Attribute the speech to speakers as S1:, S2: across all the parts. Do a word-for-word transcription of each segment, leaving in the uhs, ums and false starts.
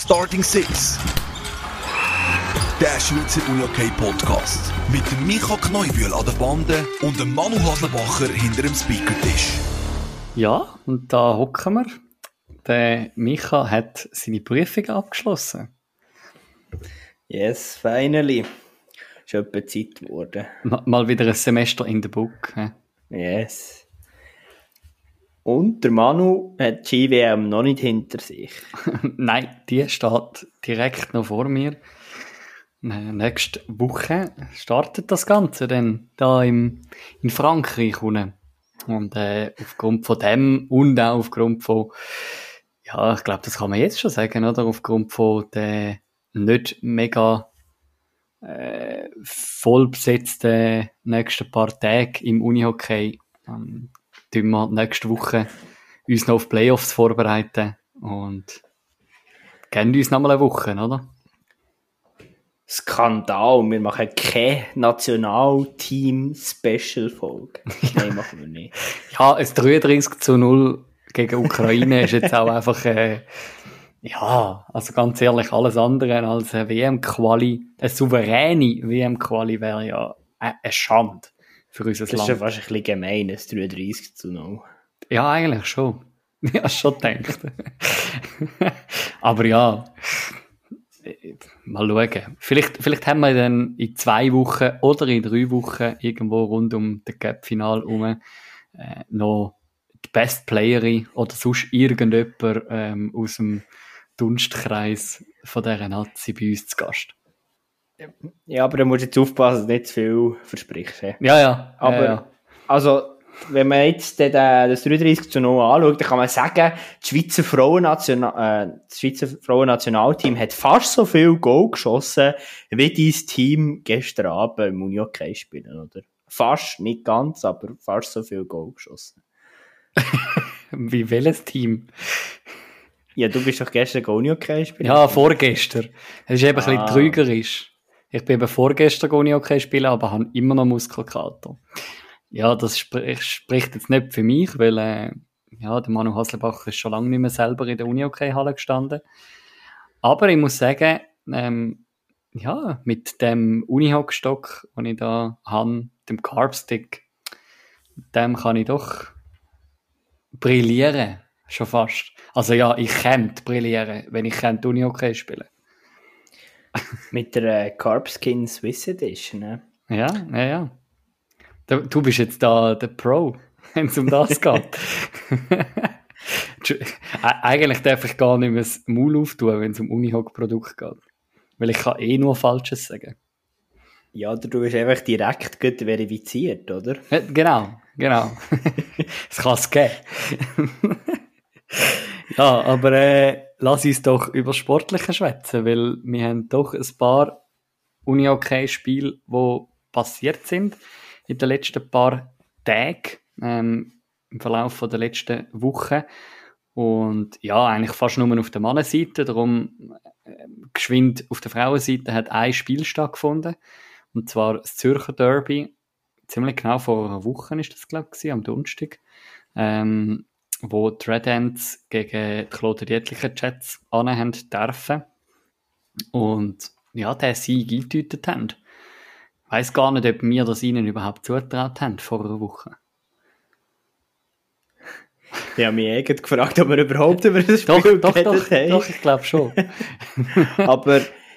S1: Starting Six. Der Schweizer Unihockey-Podcast. Mit dem Micha Kneubühl an der Bande und dem Manu Haslebacher hinter dem Speakertisch.
S2: Ja, und da hocken wir. Der Micha hat seine Prüfung abgeschlossen.
S3: Yes, finally. Ist etwa Zeit geworden.
S2: Mal wieder ein Semester in der Book. He?
S3: Yes. Und der Manu hat die Ski W M noch nicht hinter sich.
S2: Nein, die steht direkt noch vor mir. Nächste Woche startet das Ganze dann da im, in Frankreich unten. Und äh, aufgrund von dem und auch aufgrund von, ja, ich glaube, das kann man jetzt schon sagen, oder? Aufgrund von der nicht mega äh, voll besetzten nächsten paar Tage im Unihockey, ähm, tun wir nächste Woche uns noch auf Playoffs vorbereiten und geben uns noch mal eine Woche, oder?
S3: Skandal, wir machen keine Nationalteam-Special-Folge. Nein, machen wir nicht.
S2: Ja, ein dreiunddreißig zu null gegen Ukraine ist jetzt auch einfach, äh, ja, also ganz ehrlich, alles andere als eine W M-Quali, eine souveräne W M-Quali wäre ja eine Schande für unser
S3: Das
S2: Land.
S3: ist ja fast ein bisschen gemein, ein dreiunddreißig zu null.
S2: Ja, eigentlich schon. Ja, schon gedacht. Aber ja, mal schauen. Vielleicht, vielleicht haben wir dann in zwei Wochen oder in drei Wochen irgendwo rund um das Cup-Final herum äh, noch die Best Playerin oder sonst irgendjemand ähm, aus dem Dunstkreis von dieser Nazi bei uns zu Gast.
S3: Ja, aber da musst du jetzt aufpassen, dass du nicht zu viel versprichst. He?
S2: Ja, ja.
S3: Aber,
S2: ja, ja.
S3: also, wenn man jetzt den, das dreiunddreißig zu null anschaut, dann kann man sagen, das Schweizer Frauennational, äh, das Schweizer Frauennationalteam hat fast so viel Goal geschossen, wie dein Team gestern Abend im Unihockey spielen, oder? Fast, nicht ganz, aber fast so viel Goal geschossen.
S2: Wie welches Team?
S3: Ja, du bist doch gestern Unihockey spielen.
S2: Ja, vorgestern. Es ist eben
S3: ah.
S2: ein bisschen trügerisch. Ich bin eben vorgestern Unihockey spielen, aber habe immer noch Muskelkater. Ja, das spricht, spricht jetzt nicht für mich, weil äh, ja, der Manu Haslebacher ist schon lange nicht mehr selber in der Unihockey-Halle gestanden. Aber ich muss sagen, ähm, ja, mit dem Unihockstock, den ich da habe, dem Carbstick, mit dem kann ich doch brillieren, schon fast. Also ja, ich könnte brillieren, wenn ich könnte Unihockey spielen.
S3: Mit der äh, Carbskin Swiss Edition, ne?
S2: Ja, ja, ja. Du bist jetzt da der Pro, wenn es um das geht. Eigentlich darf ich gar nicht mehr das Maul auftun, wenn es um Unihock-Produkt geht. Weil ich kann eh nur Falsches sagen.
S3: Ja, oder du bist einfach direkt gut verifiziert, oder?
S2: Ja, genau, genau. Das kann es geben. Ja, aber äh, lass uns doch über Sportliche schwätzen, weil wir haben doch ein paar Unihockey-Spiele, die passiert sind in den letzten paar Tagen, ähm, im Verlauf der letzten Woche. Und ja, eigentlich fast nur auf der Mannenseite, darum äh, geschwind auf der Frauenseite hat ein Spiel stattgefunden, und zwar das Zürcher Derby, ziemlich genau vor einer Woche ist das, glaube ich, am Donnerstag, ähm, wo die Red Ants gegen die Claude Dietlicher Jets anhaben dürfen und ja, den Sieg eingetütet haben. Ich weiss gar nicht, ob wir das ihnen überhaupt zugetraut haben vor einer Woche.
S3: Ich habe mich eigentlich gefragt, ob wir überhaupt über das
S2: Doch,
S3: Spiel
S2: doch,
S3: geredet
S2: doch,
S3: haben.
S2: doch, ich glaube schon.
S3: Aber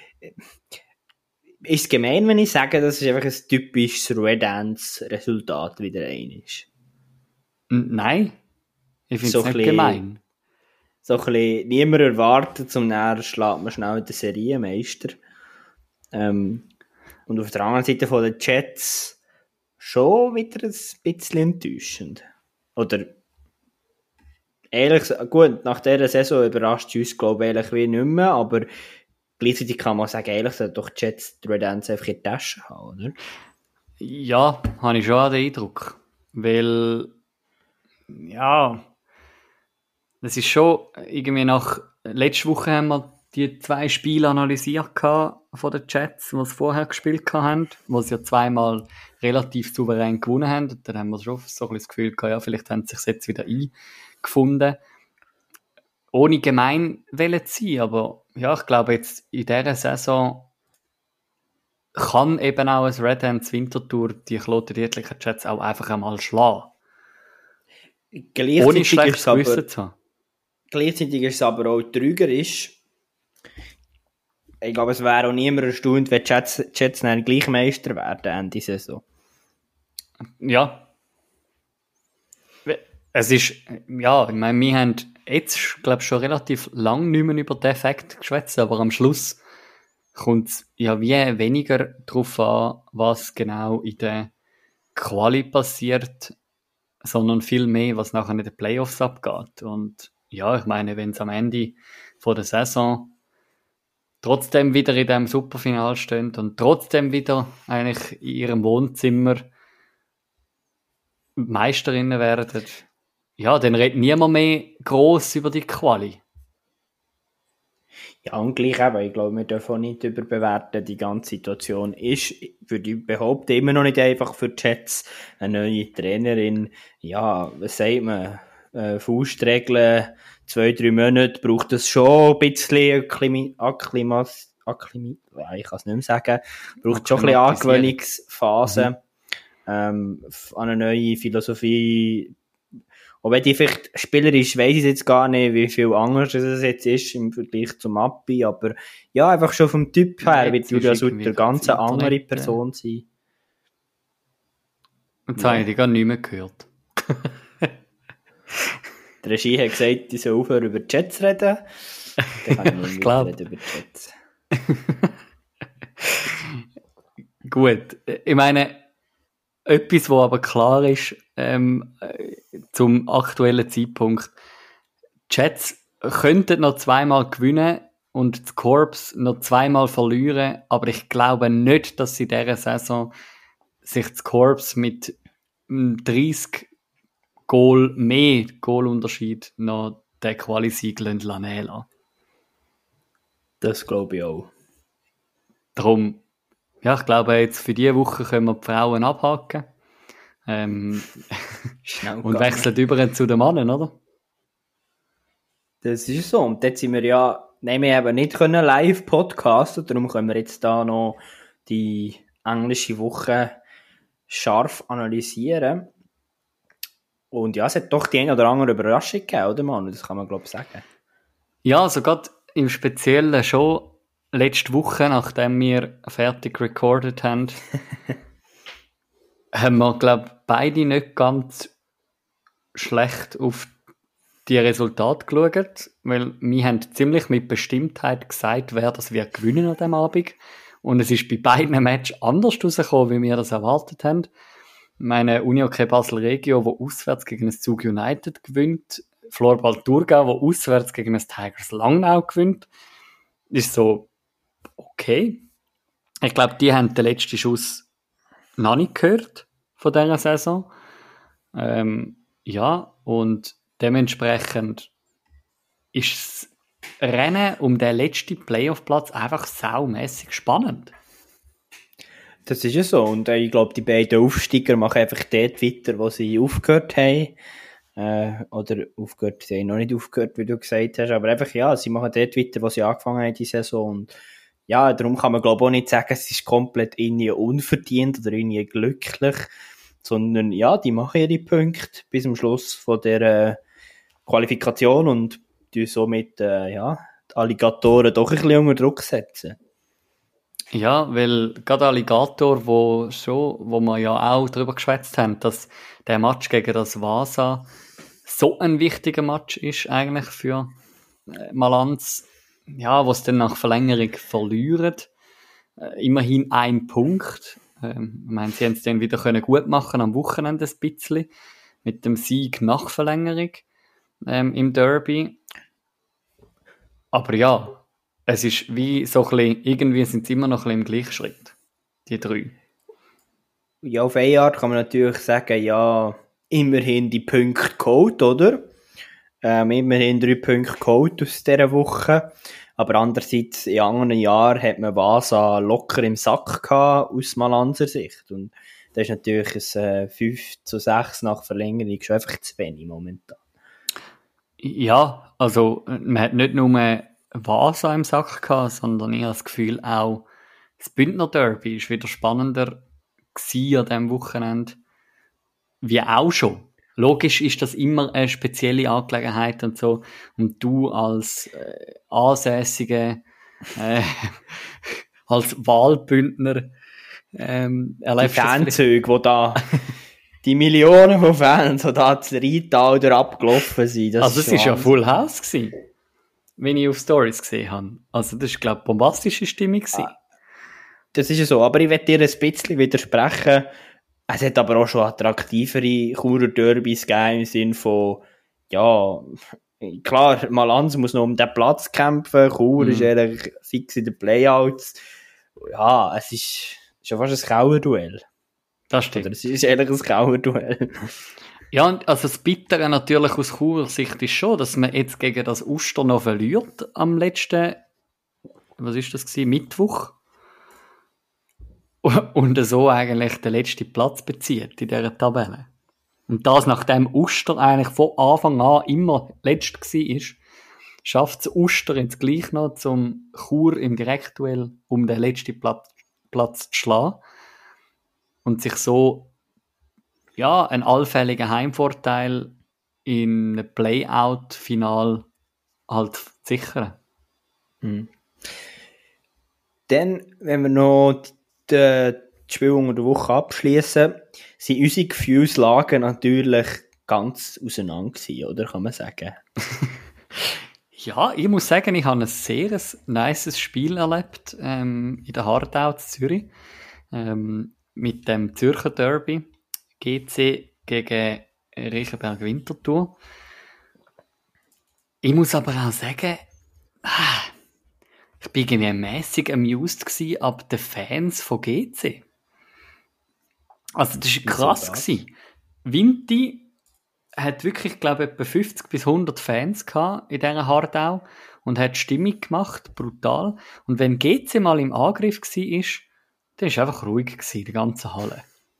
S3: ist es gemein, wenn ich sage, dass es einfach ein typisches Red Ants-Resultat wieder ein ist?
S2: N- Nein, ich finde es
S3: So
S2: nicht
S3: ein bisschen-
S2: gemein.
S3: So ein bisschen niemand erwartet, zum näher schlägt man schnell den Serienmeister. Ähm, und auf der anderen Seite von den Jets schon wieder ein bisschen enttäuschend. Oder ehrlich, gut, nach dieser Saison überrascht es uns, glaube ich, ehrlich wie nicht mehr, aber gleichzeitig kann man sagen, ehrlich, sollten doch die Jets die Red Ants einfach in die Tasche haben, oder?
S2: Ja, habe ich schon den Eindruck. Weil, ja, das ist schon irgendwie nach, letzte Woche haben wir die zwei Spiele analysiert von den Jets, die sie vorher gespielt haben, wo sie ja zweimal relativ souverän gewonnen haben. Und dann haben wir schon so ein bisschen das Gefühl gehabt, ja, vielleicht haben sie sich jetzt wieder eingefunden. ohne gemein wollen zu sein, aber ja, ich glaube jetzt in dieser Saison kann eben auch ein Red Ants Winterthur die Kloten-Dietlicher Jets auch einfach einmal schlagen. Ohne schlechtes Gewissen zu haben.
S3: Gleichzeitig ist es aber auch trügerisch. Ich glaube, es wäre auch niemand erstaunt, wenn die Jets, Jets dann gleich Meister werden Ende Saison.
S2: Ja. Es ist, ja, ich meine, wir haben jetzt, glaube ich, schon relativ lang nicht mehr über den Fakt geschwätzt, aber am Schluss kommt es ja wie weniger darauf an, was genau in der Quali passiert, sondern viel mehr, was nachher in den Playoffs abgeht. Und ja, ich meine, wenn es am Ende von der Saison trotzdem wieder in diesem Superfinal stehen und trotzdem wieder eigentlich in ihrem Wohnzimmer Meisterinnen werden, ja, dann redet niemand mehr gross über die Quali.
S3: Ja, und gleich eben, ich glaube, wir dürfen auch nicht überbewerten, die ganze Situation ist, würde ich behaupten, immer noch nicht einfach für die Jets, eine neue Trainerin, ja, was sagt man, äh, Faustregeln, zwei, drei Monate braucht es schon ein bisschen Akklimi, Akklimas, Akklimi, ich kann es nicht mehr sagen, braucht schon ein bisschen Angewöhnungsphase, mhm. ähm, an eine neue Philosophie. Und wenn die vielleicht spielerisch, weiss ich jetzt gar nicht, wie viel anders es jetzt ist im Vergleich zum Appi, aber ja, einfach schon vom Typ her wird Julia Sutter eine ganz andere Person sein.
S2: Und jetzt ja. habe ich die gar nicht mehr gehört.
S3: Die Regie hat gesagt, ich soll aufhören über die Jets reden. Dann kann ich nicht mehr reden über die Jets.
S2: Gut, ich meine, etwas, was aber klar ist, ähm, zum aktuellen Zeitpunkt, die Jets könnten noch zweimal gewinnen und das Corps noch zweimal verlieren, aber ich glaube nicht, dass sie in dieser Saison sich das Corps mit dreißig Goal mehr Goalunterschied noch den Quali-Sieg nehmen lassen.
S3: Das glaube ich auch.
S2: Darum, ja, ich glaube, jetzt für diese Woche können wir die Frauen abhaken. Ähm, und wechseln über zu den Männern, oder?
S3: Das ist so. Und dort sind wir ja, nein, wir eben nicht können live podcasten, darum können wir jetzt da noch die englische Woche scharf analysieren. Und ja, es hat doch die eine oder andere Überraschung gegeben, oder Manu? Das kann man, glaube ich, sagen.
S2: Ja, also gerade im Speziellen schon letzte Woche, nachdem wir fertig recorded haben, haben wir, glaube ich, beide nicht ganz schlecht auf die Resultate geschaut, weil wir haben ziemlich mit Bestimmtheit gesagt, wer das wird gewinnen an diesem Abend. Und es ist bei beiden Matches anders rausgekommen, wie wir das erwartet haben. Meine Unihockey Basel Regio, wo auswärts gegen das Zug United gewinnt, Floorball Thurgau, wo auswärts gegen das Tigers Langnau gewinnt, ist so okay. Ich glaube, die haben den letzten Schuss noch nicht gehört von dieser Saison. Ähm, ja, und dementsprechend ist das Rennen um den letzten Playoff-Platz einfach saumässig spannend.
S3: Das ist ja so. Und äh, ich glaube, die beiden Aufsteiger machen einfach dort weiter, wo sie aufgehört haben. Äh, oder aufgehört, sie haben noch nicht aufgehört, wie du gesagt hast. Aber einfach, ja, sie machen dort weiter, wo sie angefangen haben, die Saison. Und ja, darum kann man, glaube ich, auch nicht sagen, es ist komplett irgendwie unverdient oder irgendwie glücklich. Sondern, ja, die machen ihre Punkte bis zum Schluss von der äh, Qualifikation und die somit, äh, ja, die Alligatoren doch ein bisschen unter Druck setzen.
S2: Ja, weil gerade Alligator, wo schon, wo wir ja auch darüber geschwätzt haben, dass der Match gegen das Vasa so ein wichtiger Match ist eigentlich für äh, Malanz, ja, was dann nach Verlängerung verlieren. Äh, immerhin ein Punkt. Ähm, ich meine, sie haben es dann wieder können gut machen am Wochenende ein bisschen mit dem Sieg nach Verlängerung ähm, im Derby. Aber ja, es ist wie so ein bisschen, irgendwie sind sie immer noch ein bisschen im Gleichschritt, die drei.
S3: Ja, auf eine Art kann man natürlich sagen, ja, immerhin die Punkte geholt, oder? Ähm, immerhin drei Punkte geholt aus dieser Woche. Aber andererseits, in anderen Jahren hat man Vasa locker im Sack gehabt, aus Malanzer Sicht. Und das ist natürlich ein äh, fünf zu sechs nach Verlängerung schon einfach zu wenig momentan.
S2: Ja, also man hat nicht nur Vasa im Sack gehabt, sondern ich habe das Gefühl auch, das Bündner Derby ist wieder spannender gewesen an diesem Wochenende, wie auch schon. Logisch ist das immer eine spezielle Angelegenheit und so. Und du als äh, Ansässige, äh, als Wahlbündner, ähm,
S3: Die
S2: erlebst du das vielleicht-
S3: Fanzüge, die da, die Millionen von Fans, die da das Rheintal durch abgelaufen sind. Das
S2: Also es war ja
S3: Wahnsinn.
S2: Full House gewesen, wenn ich auf Stories gesehen habe. Also das ist, glaube ich, bombastische Stimmung gewesen.
S3: Ah. Das ist ja so, aber ich werde dir ein bisschen widersprechen. Es hat aber auch schon attraktivere Churer Derbys gegeben, im Sinne von, ja, klar, Malanz muss noch um den Platz kämpfen, Chur
S2: Mhm.
S3: ist eigentlich fix in den Playouts. Ja, es ist schon fast ein Kauerduell.
S2: Das
S3: Oder
S2: stimmt.
S3: es ist eigentlich ein Kauerduell.
S2: Ja, und also das Bittere natürlich aus Churer Sicht ist schon, dass man jetzt gegen das Uster noch verliert am letzten, was ist das gewesen, Mittwoch. Und so eigentlich den letzten Platz bezieht in dieser Tabelle. Und das, nachdem Uster eigentlich von Anfang an immer letzt war, schafft es Uster jetzt gleich noch zum Chur im Direktduell um den letzten Platz, Platz zu schlagen und sich so ja, einen allfälligen Heimvorteil in einem Playout-Final halt zu sichern.
S3: Mhm. Dann, wenn wir noch die, die Spiele unter der Woche abschließen, sind unsere Gefühlslagen natürlich ganz auseinander gewesen, oder? Kann man sagen.
S2: Ja, ich muss sagen, ich habe ein sehr nices Spiel erlebt ähm, in der Hardau in Zürich ähm, mit dem Zürcher Derby G C gegen Reichenberg Winterthur. Ich muss aber auch sagen, ah, ich bin irgendwie mässig amused gsi ab den Fans von G C. Also das war krass
S3: das?
S2: gsi. Vinti hat wirklich, glaube ich, etwa fünfzig bis hundert Fans gehabt in dieser Hardau und hat Stimmung gemacht, brutal. Und wenn G C mal im Angriff war, dann war es einfach ruhig gewesen, die ganze Halle.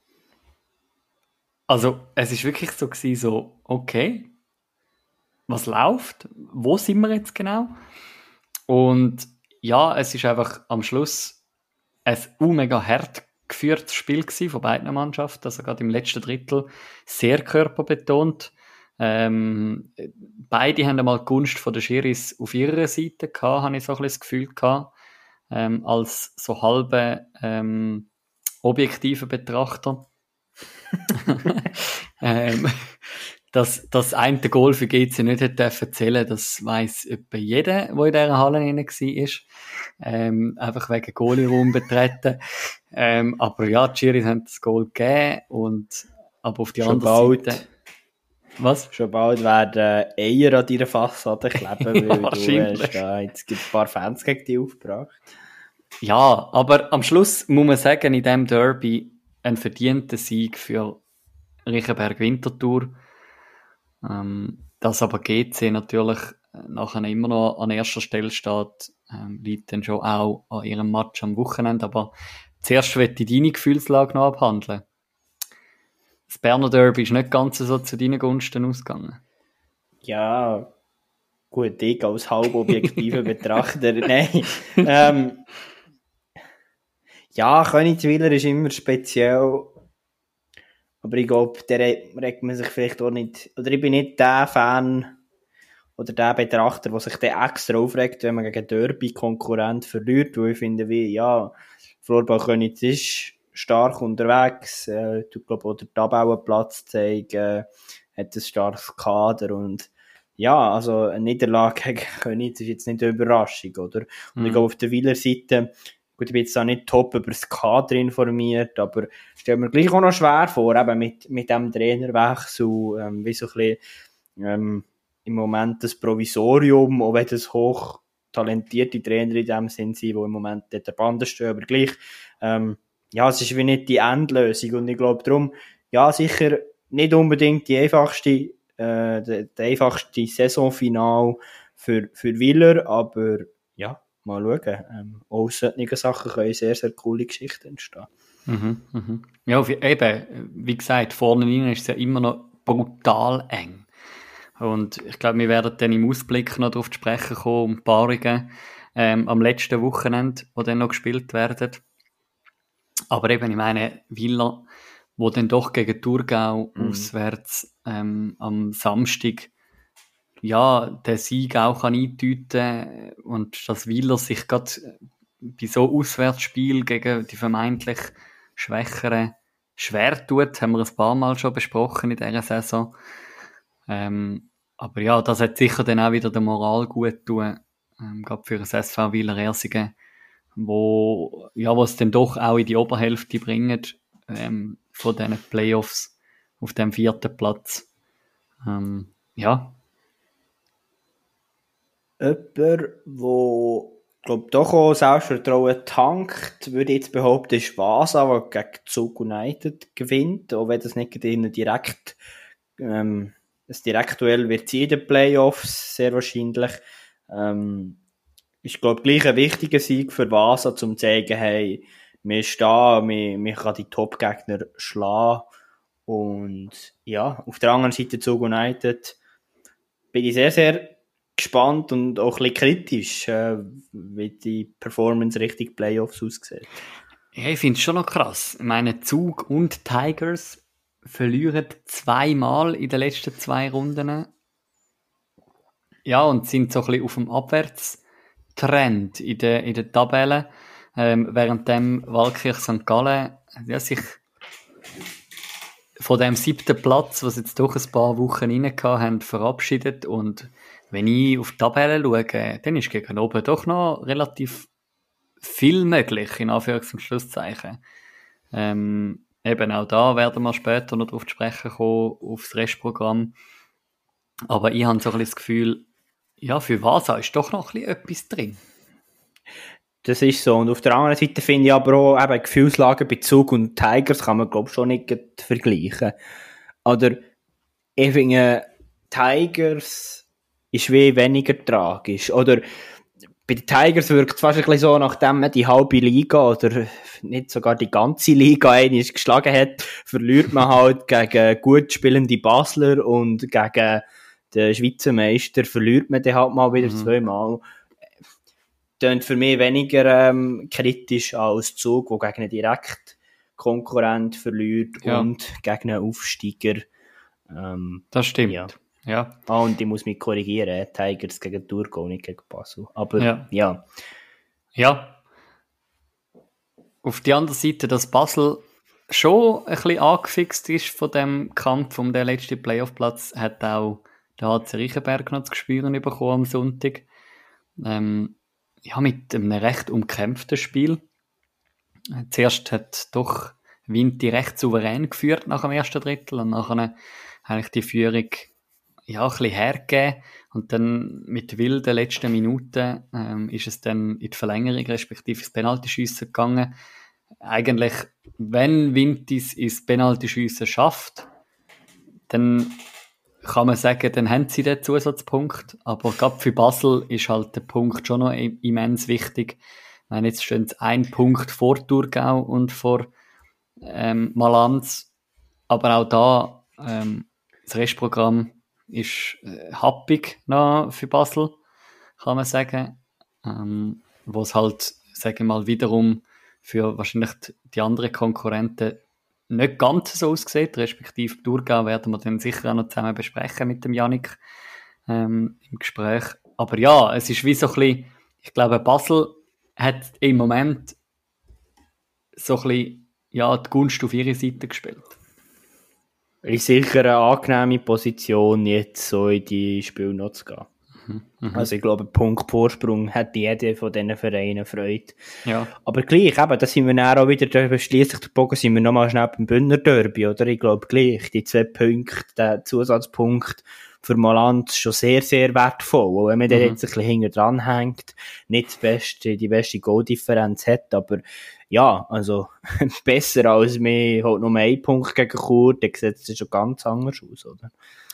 S2: Also es ist wirklich so gewesen, so, okay, was läuft? Wo sind wir jetzt genau? Und ja, es ist einfach am Schluss ein mega hart geführtes Spiel gewesen von beiden Mannschaften, also gerade im letzten Drittel sehr körperbetont. Ähm, beide haben einmal die Gunst von den Schiris auf ihrer Seite gehabt, habe ich so ein bisschen das Gefühl gehabt, ähm, als so halbe ähm, objektiver Betrachter. ähm, dass das eine Goal für G C nicht hätte erzählen, das weiss etwa jeder, der in dieser Halle drin war. Ähm, einfach wegen Goalie-Raum betreten. Ähm, aber ja, die Schiris haben das Goal gegeben und aber auf die
S3: Schon
S2: andere
S3: bald.
S2: Seite... Was?
S3: Schon bald werden Eier an deiner Fassade kleben, weil
S2: Ja,
S3: du
S2: wahrscheinlich.
S3: hast da jetzt gibt ein paar Fans gegen dich aufgebracht.
S2: Ja, aber am Schluss muss man sagen, in diesem Derby ein verdienter Sieg für Reichenberg Winterthur. Ähm, dass aber G C natürlich nachher immer noch an erster Stelle steht, ähm, liegt dann schon auch an ihrem Match am Wochenende. Aber zuerst möchte ich deine Gefühlslage noch abhandeln. Das Berner Derby ist nicht ganz so zu deinen Gunsten ausgegangen.
S3: Ja, gut, ich als halbobjektiver Betrachter, nein. Ähm, ja, Königswiller ist immer speziell, aber ich glaube, der regt man sich vielleicht auch nicht, oder ich bin nicht der Fan oder der Betrachter, der sich dann extra aufregt, wenn man gegen Derby-Konkurrent verliert, weil ich finde, wie, ja, Florbal Königs ist stark unterwegs, äh, tut, glaube ich, auch den Tabellenplatz zeigen, hat ein starkes Kader und ja, also eine Niederlage gegen Königs ist jetzt nicht eine Überraschung, oder? Und
S2: Mhm.
S3: ich glaube, auf der Wieler Seite, gut, ich bin jetzt da nicht top über das Kader informiert, aber stelle mir gleich auch noch schwer vor, eben mit, mit dem Trainerwechsel, ähm, wie so ein bisschen, ähm, im Moment das Provisorium, auch wenn das hoch talentierte Trainer in dem Sinn sind, die im Moment dort der Bande stehen, aber gleich, ähm, ja, es ist wie nicht die Endlösung und ich glaube darum, ja, sicher nicht unbedingt die einfachste, äh, der, der einfachste Saisonfinal für, für Wieler, aber ja, mal schauen. Ähm, aus solchen Sachen können sehr, sehr coole Geschichten entstehen.
S2: Mhm, mhm. Ja, wie- eben, wie gesagt, vorne rein ist es ja immer noch brutal eng. Und ich glaube, wir werden dann im Ausblick noch darauf zu sprechen kommen, um Paarungen ähm, am letzten Wochenende, die dann noch gespielt werden. Aber eben, ich meine, Villa, wo dann doch gegen Thurgau mhm. auswärts ähm, am Samstag ja, den Sieg auch kann eindeuten und dass Villa sich gerade bei so Auswärtsspiel gegen die vermeintlich Schwächeren schwer tut, haben wir ein paar Mal schon besprochen in dieser Saison. Ähm, aber ja, das hat sicher dann auch wieder der Moral gut tun, ähm, gerade für das S V Wiler-Ersingen, wo ja, was dann doch auch in die Oberhälfte bringt ähm, von diesen Playoffs auf dem vierten Platz. Ähm, ja.
S3: Jemand, der, glaube doch auch Selbstvertrauen tankt, würde ich jetzt behaupten, ist Vasa, der gegen Zug United gewinnt, auch wenn das nicht direkt ähm, ein Direktduell wird in den Playoffs, sehr wahrscheinlich. Ähm, ist, glaube ich, gleich ein wichtiger Sieg für Vasa, um zu zeigen, hey, wir stehen, wir, wir können die Top-Gegner schlagen. Und ja, auf der anderen Seite Zug United bin ich sehr, sehr gespannt und auch ein bisschen kritisch, äh, wie die Performance Richtung Playoffs aussieht.
S2: Ja, ich finde es schon noch krass. Ich meine, Zug und Tigers verlieren zweimal in den letzten zwei Runden. Ja, und sind so ein bisschen auf dem Abwärtstrend in der, in der Tabelle. Ähm, währenddem Waldkirch Sankt Gallen ja, sich von dem siebten Platz, was jetzt doch ein paar Wochen rein haben, verabschiedet. Und wenn ich auf die Tabelle schaue, dann ist gegen oben doch noch relativ viel möglich, in Anführungs- und Schlusszeichen. Ähm, eben auch da werden wir später noch drauf zu sprechen kommen, aufs Restprogramm. Aber ich habe so ein bisschen das Gefühl, ja, für Vasa ist doch noch ein bisschen etwas drin.
S3: Das ist so. Und auf der anderen Seite finde ich aber auch, eben Gefühlslagen bei Zug und Tigers kann man, glaube ich, schon nicht vergleichen. Oder ich finde, Tigers ist wie weniger tragisch. Oder bei den Tigers wirkt es fast ein bisschen so, nachdem man die halbe Liga oder nicht sogar die ganze Liga einmal geschlagen hat, verliert man halt gegen gut spielende Basler und gegen den Schweizer Meister verliert man dann halt mal wieder mhm. zweimal. Tönt für mich weniger ähm, kritisch als Zug, der gegen einen Direktkonkurrent verliert ja. und gegen einen Aufsteiger. Ähm,
S2: das stimmt.
S3: Ja.
S2: Ja.
S3: Ah, und ich muss mich korrigieren, Tigers gegen Thurgau, nicht gegen Basel. Aber ja. ja.
S2: Ja. Auf die andere Seite, dass Basel schon ein bisschen angefixt ist von dem Kampf um den letzten Playoff-Platz, hat auch der H C Reichenberg noch zu spüren bekommen am Sonntag. Ähm, ja, mit einem recht umkämpften Spiel. Zuerst hat doch Vinti recht souverän geführt nach dem ersten Drittel und nachher eigentlich die Führung ja, ein bisschen hergegeben. Und dann mit wilden letzten Minuten ähm, ist es dann in die Verlängerung, respektive ins Penaltyschiessen gegangen. Eigentlich, wenn Vintis ins Penaltyschiessen schafft, dann kann man sagen, dann haben sie den Zusatzpunkt. Aber gerade für Basel ist halt der Punkt schon noch immens wichtig. Ich meine, jetzt stehen sie ein Punkt vor Thurgau und vor ähm, Malanz. Aber auch da, ähm, das Restprogramm ist äh, happig noch für Basel, kann man sagen. Ähm, wo es halt, sagen wir mal, wiederum für wahrscheinlich die anderen Konkurrenten nicht ganz so aussieht, respektive Thurgau werden wir dann sicher auch noch zusammen besprechen mit dem Jannik ähm, im Gespräch. Aber ja, es ist wie so ein bisschen, ich glaube, Basel hat im Moment so ein bisschen, ja, die Gunst auf ihre Seite gespielt.
S3: Ist sicher eine angenehme Position, jetzt so in die Spiele noch zu gehen. Mhm. Also ich glaube, Punkt Vorsprung hat jeder von diesen Vereinen Freude.
S2: Ja.
S3: Aber gleich, eben, da sind wir dann auch wieder, schliesslich der Bogen, sind wir nochmal schnell beim Bündner Derby, oder? Ich glaube gleich, die zwei Punkte, der Zusatzpunkt für Malanz schon sehr, sehr wertvoll. Auch wenn man mhm. da jetzt ein bisschen hinten dran hängt, nicht die beste, die beste Goal-Differenz hat, aber ja, also besser als wir halt nur einen Punkt gegen Chur, dann sieht es schon ganz anders aus, oder?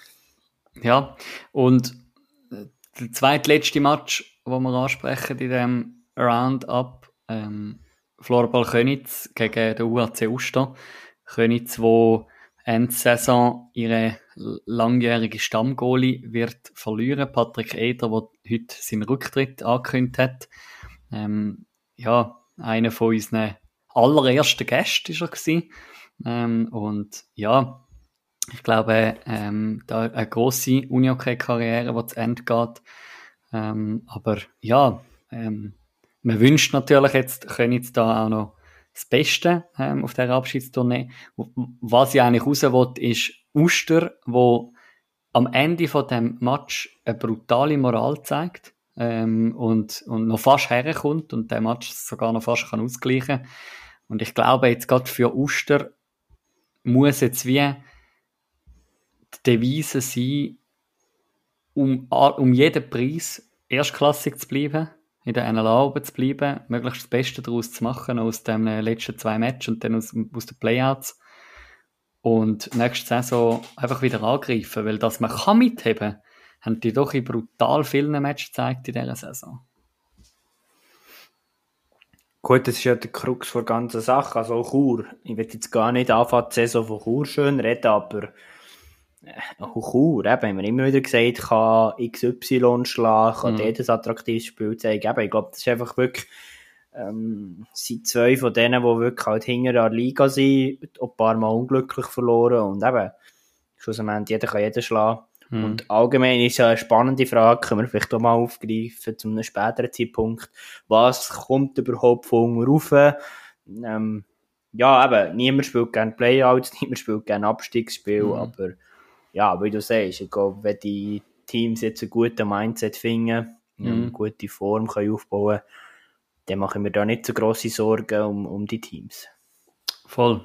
S2: Ja, und der zweitletzte Match, den wir ansprechen in diesem Roundup, ähm, Florbal Köniz gegen den U A C Uster. Köniz, wo Endsaison ihre langjährige Stammgoalie wird verlieren. Patrick Eder, der heute seinen Rücktritt angekündigt hat. Ähm, ja, einer von unseren allerersten Gästen war er gewesen. Ähm, und ja, ich glaube, ähm, da eine grosse Uni-Hockey-Karriere, die zu Ende geht. Ähm, aber ja, ähm, man wünscht natürlich jetzt, können jetzt da auch noch das Beste ähm, auf dieser Abschiedstournee. Was ich eigentlich raus will, ist Uster, wo am Ende von dem Match eine brutale Moral zeigt ähm, und, und noch fast herkommt und der Match sogar noch fast kann ausgleichen. Und ich glaube, jetzt gerade für Uster muss jetzt wie die Devise sein, um, um jeden Preis erstklassig zu bleiben, in der N L A oben zu bleiben, möglichst das Beste daraus zu machen aus den letzten zwei Matches und dann aus, aus den Playouts und nächste Saison einfach wieder angreifen, weil dass man kann mitheben, haben die doch in brutal vielen Matches gezeigt in dieser Saison.
S3: Gut, das ist ja der Krux der ganzen Sache, also auch Chur. Ich will jetzt gar nicht anfangen, die Saison von Chur schön reden, aber auch Chur, eben, haben wir immer wieder gesagt, kann X Y schlagen, kann mhm. jedes attraktives Spiel zeigen. Eben, ich glaube, das ist einfach wirklich, ähm, sind zwei von denen, die wirklich halt hinter der Liga sind, auch ein paar Mal unglücklich verloren und eben, schlussendlich jeder kann jeden schlagen. Mhm. Und allgemein ist ja eine spannende Frage, können wir vielleicht auch mal aufgreifen, zu einem späteren Zeitpunkt. Was kommt überhaupt von unten rauf? Ähm, ja, eben, niemand spielt gerne Playouts, niemand spielt gerne Abstiegsspiel, mhm. aber ja, wie du sagst, ich glaube, wenn die Teams jetzt einen guten Mindset finden, mhm. eine gute Form können aufbauen können, dann machen wir da nicht so grosse Sorgen um, um die Teams.
S2: Voll.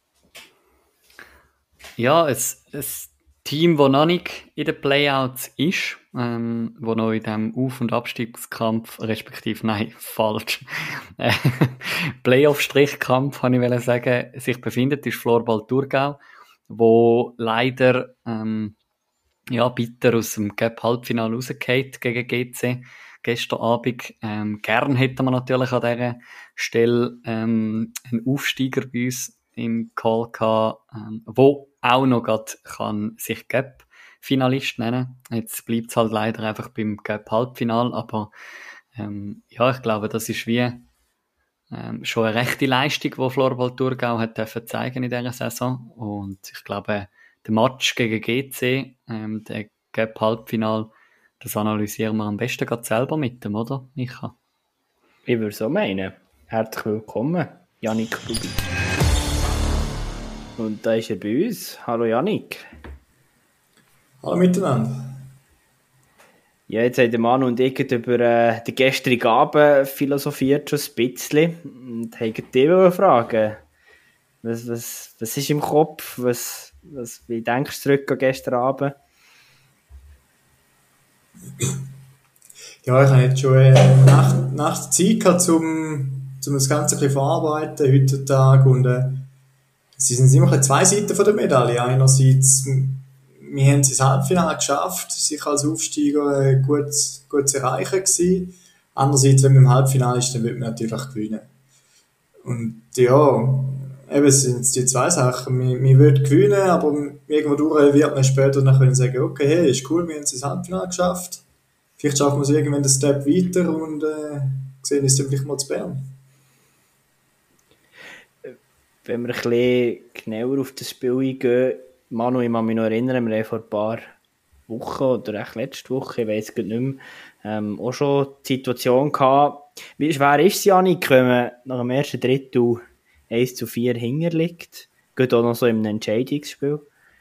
S2: Ja, ein, ein Team, das noch nicht in den Playouts ist, ähm, das noch in diesem Auf- und Abstiegskampf, respektive, nein, falsch, Playoff-Strichkampf, kann ich sagen, sich befindet, ist Floorball Thurgau, wo leider ähm, ja, bitter aus dem Cup-Halbfinale rausgefallen gegen G C gestern Abend. Ähm, gern hätten wir natürlich an dieser Stelle ähm, einen Aufsteiger bei uns im Call gehabt, ähm, wo auch noch grad kann sich Cup-Finalist nennen. Jetzt bleibt es halt leider einfach beim Cup-Halbfinale, aber ähm, ja, ich glaube, das ist wie Ähm, schon eine rechte Leistung, die Floorball Thurgau hat dürfen zeigen in dieser Saison. Und ich glaube, der Match gegen G C, ähm, der Cup-Halbfinal, das analysieren wir am besten gerade selber mit dem, oder, Micha?
S3: Ich würde so meinen. Herzlich willkommen, Yannick Rubi. Und da ist er bei uns. Hallo Yannick.
S4: Hallo miteinander.
S3: Ja, jetzt haben Manu und ich über äh, den gestrigen Abend philosophiert schon ein bisschen und haben dich fragen, was, was, was ist im Kopf, was, was, wie denkst du zurück an gestern Abend?
S4: Ja, ich habe jetzt schon äh, nach, nach der Zeit gehabt, um, um das Ganze ein bisschen verarbeiten, heute Tag, und äh, es sind immer zwei Seiten von der Medaille. Einerseits, wir haben es ins Halbfinale geschafft, sich als Aufsteiger äh, gut, gut zu erreichen gewesen. Andererseits, wenn man im Halbfinale ist, dann wird man natürlich gewinnen. Und ja, eben sind die zwei Sachen. Man, man will gewinnen, aber irgendwo durch wird man später dann können sagen, okay, hey, ist cool, wir haben es ins Halbfinale geschafft. Vielleicht schaffen wir es irgendwann den Step weiter und äh, sehen uns dann vielleicht mal zu Bern.
S3: Wenn wir ein bisschen genauer auf das Spiel eingehen, Manu, ich kann mich noch erinnern, wir haben vor ein paar Wochen oder echt letzte Woche, ich weiss es nicht mehr, ähm, auch schon die Situation gehabt. Wie schwer ist es, Janik, wenn man nach dem ersten Drittel eins zu vier hinten liegt? Geht auch noch so im Entscheidungsspiel?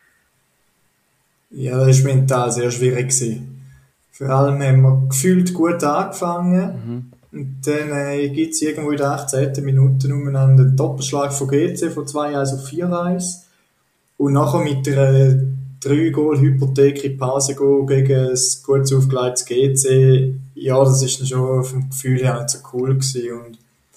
S4: Ja, das war mental sehr schwierig gewesen. Vor allem haben wir gefühlt gut angefangen. Mhm. Und dann äh, gibt es irgendwo in der achtzehnten Minute umeinander einen Doppelschlag von G C von zwei eins auf vier eins. Und nachher mit der drei Goal Hypothek in die Pause gehen gegen ein gut aufgelegtes G C, ja, das ist dann schon vom Gefühl her nicht so cool gewesen. Und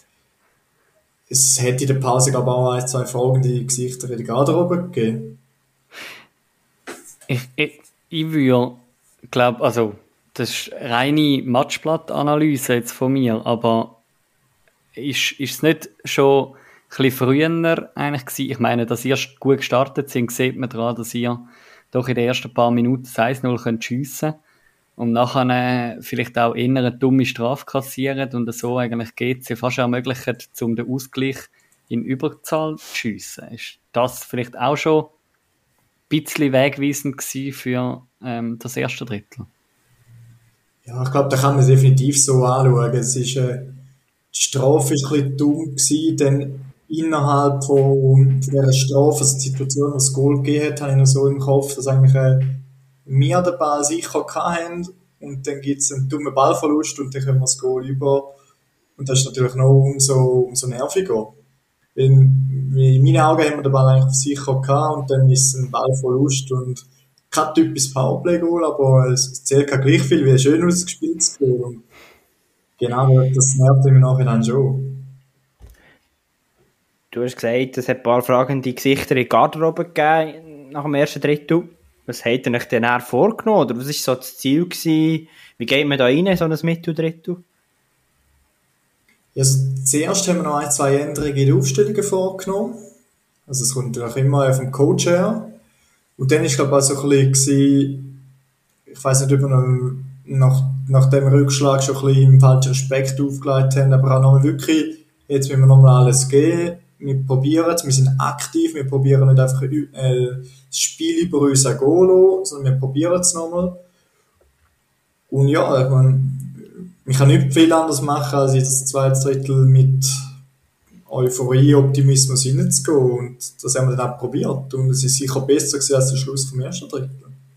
S4: es hätte in der Pause, glaube ich, auch ein, zwei fragende Gesichter in der Garderobe gegeben.
S2: Ich, ich, ich würde, glaube, also, das ist reine Matchblatt-Analyse jetzt von mir, aber ist, ist es nicht schon bisschen früher eigentlich gewesen. Ich meine, dass ihr gut gestartet sind, sieht man daran, dass ihr doch in den ersten paar Minuten eins null schiessen könnt und nachher äh, vielleicht auch eher eine dumme Strafe kassieren und so eigentlich G C fast ermöglicht, um den Ausgleich in Überzahl zu schiessen. Ist das vielleicht auch schon ein bisschen wegweisend gewesen für ähm, das erste Drittel?
S4: Ja, ich glaube, da kann man es definitiv so anschauen. Es ist, äh, die Strafe ist ein bisschen dumm gewesen, denn innerhalb von dieser Strafe, also die Situation, wo es Goal gegeben hat, habe ich noch so im Kopf, dass eigentlich äh, wir den Ball sicher hatten und dann gibt es einen dummen Ballverlust und dann können wir das Goal über und das ist natürlich noch umso, umso nerviger. Weil, in meinen Augen haben wir den Ball eigentlich sicher gehabt und dann ist es ein Ballverlust und kein typisches Powerplay-Goal, aber es zählt ja gleich viel wie ein schön ausgespieltes Goal. Und genau, das nervt im Nachhinein schon.
S3: Du hast gesagt, es hat ein paar fragende Gesichter in die Garderobe gegeben nach dem ersten Drittel. Was habt ihr euch denn eher vorgenommen? Oder was war so das Ziel gewesen? Wie geht man da rein in so ein Mitteldrittel?
S4: Also, zuerst haben wir noch ein, zwei Änderungen in den Aufstellungen vorgenommen. Also, es kommt natürlich immer vom Coach her. Und dann war, glaube ich, auch so ein bisschen, ich weiss nicht, ob wir noch nach, nach dem Rückschlag schon ein bisschen im falschen Respekt aufgelegt haben, aber auch noch wirklich, jetzt müssen wir nochmal alles geben. Wir probieren es, wir sind aktiv, wir probieren nicht einfach äh, das Spiel über uns ein Goal, sondern wir probieren es nochmal. Und ja, ich meine, ich kann nicht viel anders machen, als jetzt das zweite Drittel mit Euphorie, Optimismus hineinzugehen. Und das haben wir dann auch probiert. Und es ist sicher besser gewesen als der Schluss vom ersten Drittel.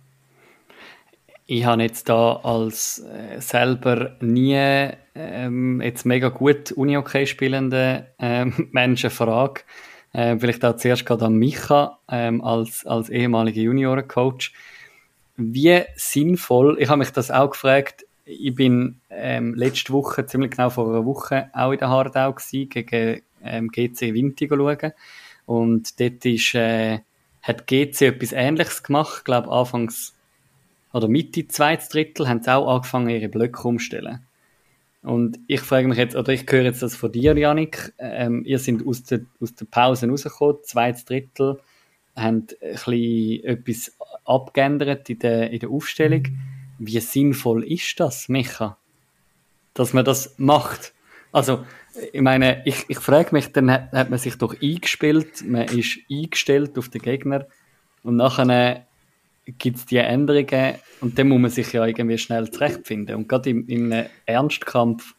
S2: Ich habe jetzt da als äh, selber nie ähm, jetzt mega gut Uni-Hockey spielende ähm, Menschen frage. Äh, vielleicht auch zuerst gerade an Micha ähm, als, als ehemaliger Juniorencoach. Wie sinnvoll, ich habe mich das auch gefragt, ich bin ähm, letzte Woche, ziemlich genau vor einer Woche, auch in der Hardau gewesen, gegen ähm, G C Vinti schauen. Und dort ist, äh, hat G C etwas Ähnliches gemacht, ich glaube anfangs oder Mitte zweites Drittel haben sie auch angefangen, ihre Blöcke umzustellen. Und ich frage mich jetzt, oder ich höre jetzt das von dir, Jannik, ähm, ihr seid aus der, aus der Pause rausgekommen, zweites Drittel, habt ein bisschen etwas abgeändert in der, in der Aufstellung. Wie sinnvoll ist das, Micha? Dass man das macht? Also, ich meine, ich, ich frage mich, dann hat, hat man sich doch eingespielt, man ist eingestellt auf den Gegner und nachher gibt es die Änderungen und dann muss man sich ja irgendwie schnell zurechtfinden. Und gerade in, in einem Ernstkampf.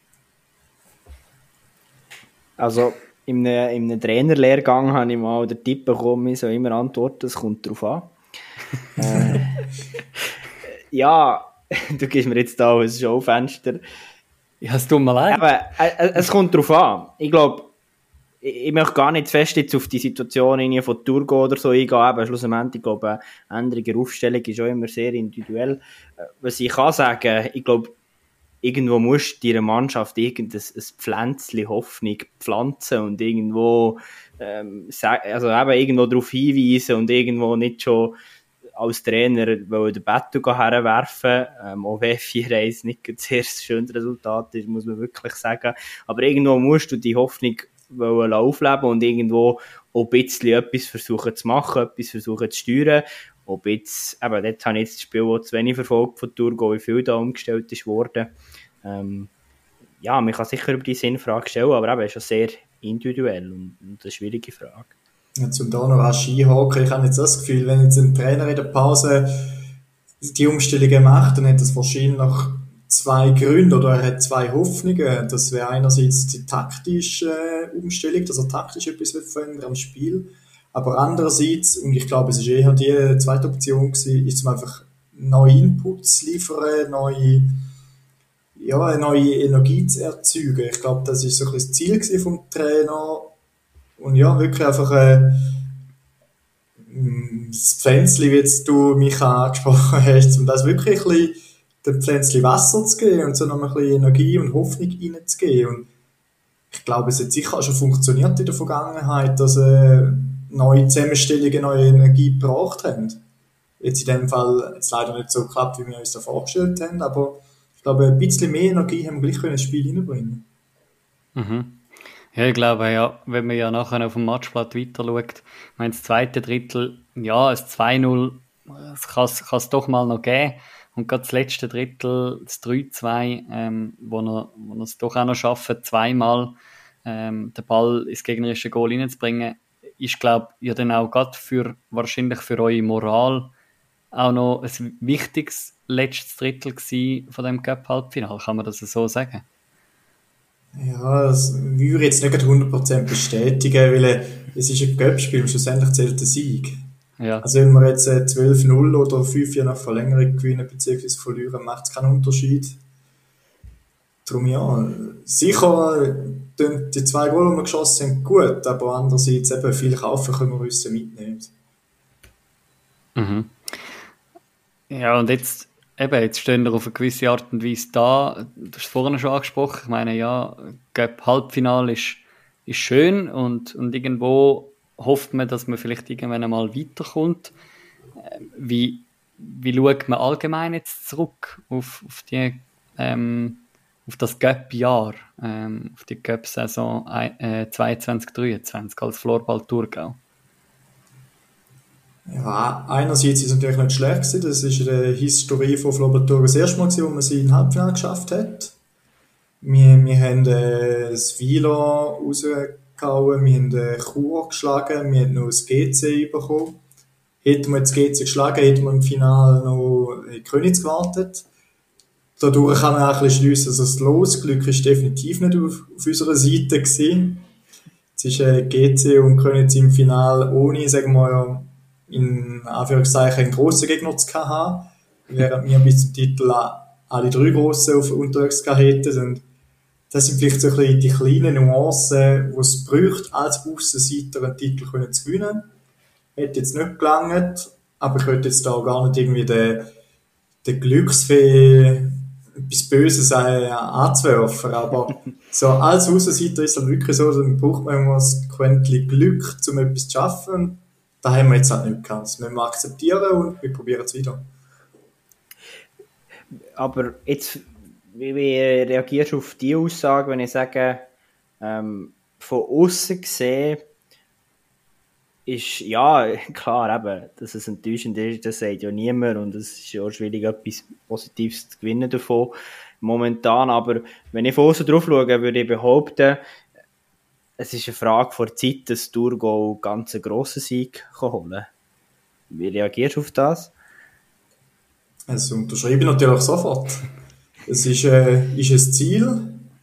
S3: Also, in einem, in einem Trainerlehrgang habe ich mal den Tipp bekommen, ich soll immer antworten, es kommt drauf an. äh, ja, du gibst mir jetzt da ein Schaufenster.
S2: Ja, es tut mir leid.
S3: Aber äh, es kommt drauf an. Ich glaube, ich, ich möchte gar nicht zu fest jetzt auf die Situation von Turgo oder so eingehen. Aber schlussendlich, ich glaube, eine Änderung der Aufstellung ist auch immer sehr individuell. Was ich kann sagen, ich glaube, irgendwo musst du deiner Mannschaft irgendein ein Pflänzchen Hoffnung pflanzen und irgendwo, ähm, also eben irgendwo darauf hinweisen und irgendwo nicht schon als Trainer den Battle herwerfen, ähm, auch wenn vier eins nicht ein sehr schönes Resultat ist, muss man wirklich sagen. Aber irgendwo musst du die Hoffnung aufleben und irgendwo auch ein bisschen etwas versuchen zu machen, etwas versuchen zu steuern. Ob jetzt, eben, dort habe ich jetzt das Spiel auch zu wenig verfolgt von Thurgau, wie viel da umgestellt ist worden. Ähm, ja, man kann sicher über die Sinnfrage stellen, aber eben, ist schon sehr individuell und, und eine schwierige Frage.
S4: Ja, zum da noch rasch einhaken, ich habe jetzt das Gefühl, wenn jetzt ein Trainer in der Pause die Umstellungen macht, dann hat das wahrscheinlich zwei Gründe oder er hat zwei Hoffnungen. Das wäre einerseits die taktische Umstellung, dass er taktisch etwas verändern am Spiel, aber andererseits, und ich glaube, es ist eher die zweite Option gewesen, ist zum einfach neue Inputs liefern, neue, ja, eine neue Energie zu erzeugen. Ich glaube, das ist so ein bisschen das Ziel gewesen vom Trainer. Und ja, wirklich einfach äh, das Pflänzchen, wie jetzt du mich angesprochen hast, um das wirklich ein bisschen dem Pflänzchen Wasser zu geben und so noch ein bisschen Energie und Hoffnung reinzugeben. Und ich glaube, es hat sicher auch schon funktioniert in der Vergangenheit, dass äh, neue Zusammenstellungen neue Energie gebracht haben. Jetzt in dem Fall jetzt leider nicht so geklappt, wie wir uns das vorgestellt haben, aber ich glaube, ein bisschen mehr Energie haben wir gleich können ins Spiel hineinbringen.
S2: Mhm. Ja, ich glaube, ja, wenn man ja nachher auf dem Matchblatt weiter schaut, ich meine, das zweite Drittel, ja, ein zwei null, das kann es doch mal noch geben. Und gerade das letzte Drittel, das drei zwei, ähm, wo er wo er es doch auch noch schafft, zweimal ähm, den Ball ins gegnerische Goal reinzubringen, ist, glaube ich, ja dann auch gerade für, wahrscheinlich für eure Moral auch noch ein wichtiges letztes Drittel gewesen von dem Cup-Halbfinale. Kann man das so sagen?
S4: Ja, das würde ich jetzt nicht hundert Prozent bestätigen, weil äh, es ist ein Cup-Spiel und schlussendlich zählt der Sieg.
S2: Ja.
S4: Also wenn wir jetzt äh, zwölf null oder fünf vier nach Verlängerung gewinnen bzw. verlieren, macht es keinen Unterschied. Darum ja, sicher äh, die zwei Goal, die wir geschossen haben, gut, aber andererseits eben viel kaufen können wir uns mitnehmen.
S2: Mhm. Ja, und jetzt, eben, jetzt stehen wir auf eine gewisse Art und Weise da. Du hast es vorhin schon angesprochen. Ich meine, ja, das Halbfinale ist, ist schön und, und irgendwo hofft man, dass man vielleicht irgendwann einmal weiterkommt. Wie, wie schaut man allgemein jetzt zurück auf, auf, die, ähm, auf das Cup-Jahr, ähm, auf die Cup-Saison äh, zweiundzwanzig dreiundzwanzig als Floorball Thurgau?
S4: Ja, einerseits ist es natürlich nicht schlecht gewesen. Das ist in der Historie von Floorball Thurgau das erste Mal gewesen, wo man sie im Halbfinale geschafft hat. Wir, wir haben äh, das Wieler rausgehauen, wir haben äh, Chur geschlagen, wir haben noch das G C bekommen. Hätten wir das G C geschlagen, hätten wir im Finale noch in Königs gewartet. Dadurch kann man auch ein bisschen schliessen, dass das Losglück ist definitiv nicht auf, auf unserer Seite gewesen. Es ist äh, G C und Königs im Finale ohne, sagen wir ja, in Anführungszeichen einen grossen Gegner zu haben, während wir bis zum Titel alle drei grossen auf unterwegs hätten. Und das sind vielleicht so ein bisschen die kleinen Nuancen, die es braucht, als Aussenseiter einen Titel zu gewinnen. Hätte jetzt nicht gelangt, aber ich könnte jetzt da auch gar nicht irgendwie den, den Glücksfee etwas Böses anzuwerfen. Aber so als Aussenseiter ist es wirklich so, dann braucht man immer ein Quäntchen Glück, um etwas zu schaffen. Da haben wir jetzt halt nicht gehabt. Das müssen wir akzeptieren und wir probieren es wieder.
S3: Aber jetzt, wie, wie reagierst du auf die Aussage, wenn ich sage, ähm, von außen gesehen, ist, ja, klar, eben, dass es enttäuschend ist, das sagt ja niemand und es ist ja auch schwierig, etwas Positives zu gewinnen davon, momentan, aber wenn ich von außen drauf schaue, würde ich behaupten, es ist eine Frage vor Zeit, dass Thurgau ganz einen grossen Sieg holen kann. Wie reagierst du auf das?
S4: Das unterschreibe ich natürlich sofort. Es ist, äh, ist ein Ziel.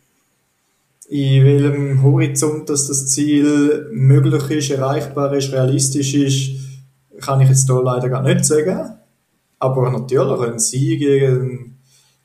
S4: In welchem Horizont dass das Ziel möglich ist, erreichbar ist, realistisch ist, kann ich jetzt hier leider gar nicht sagen. Aber natürlich, ein Sieg gegen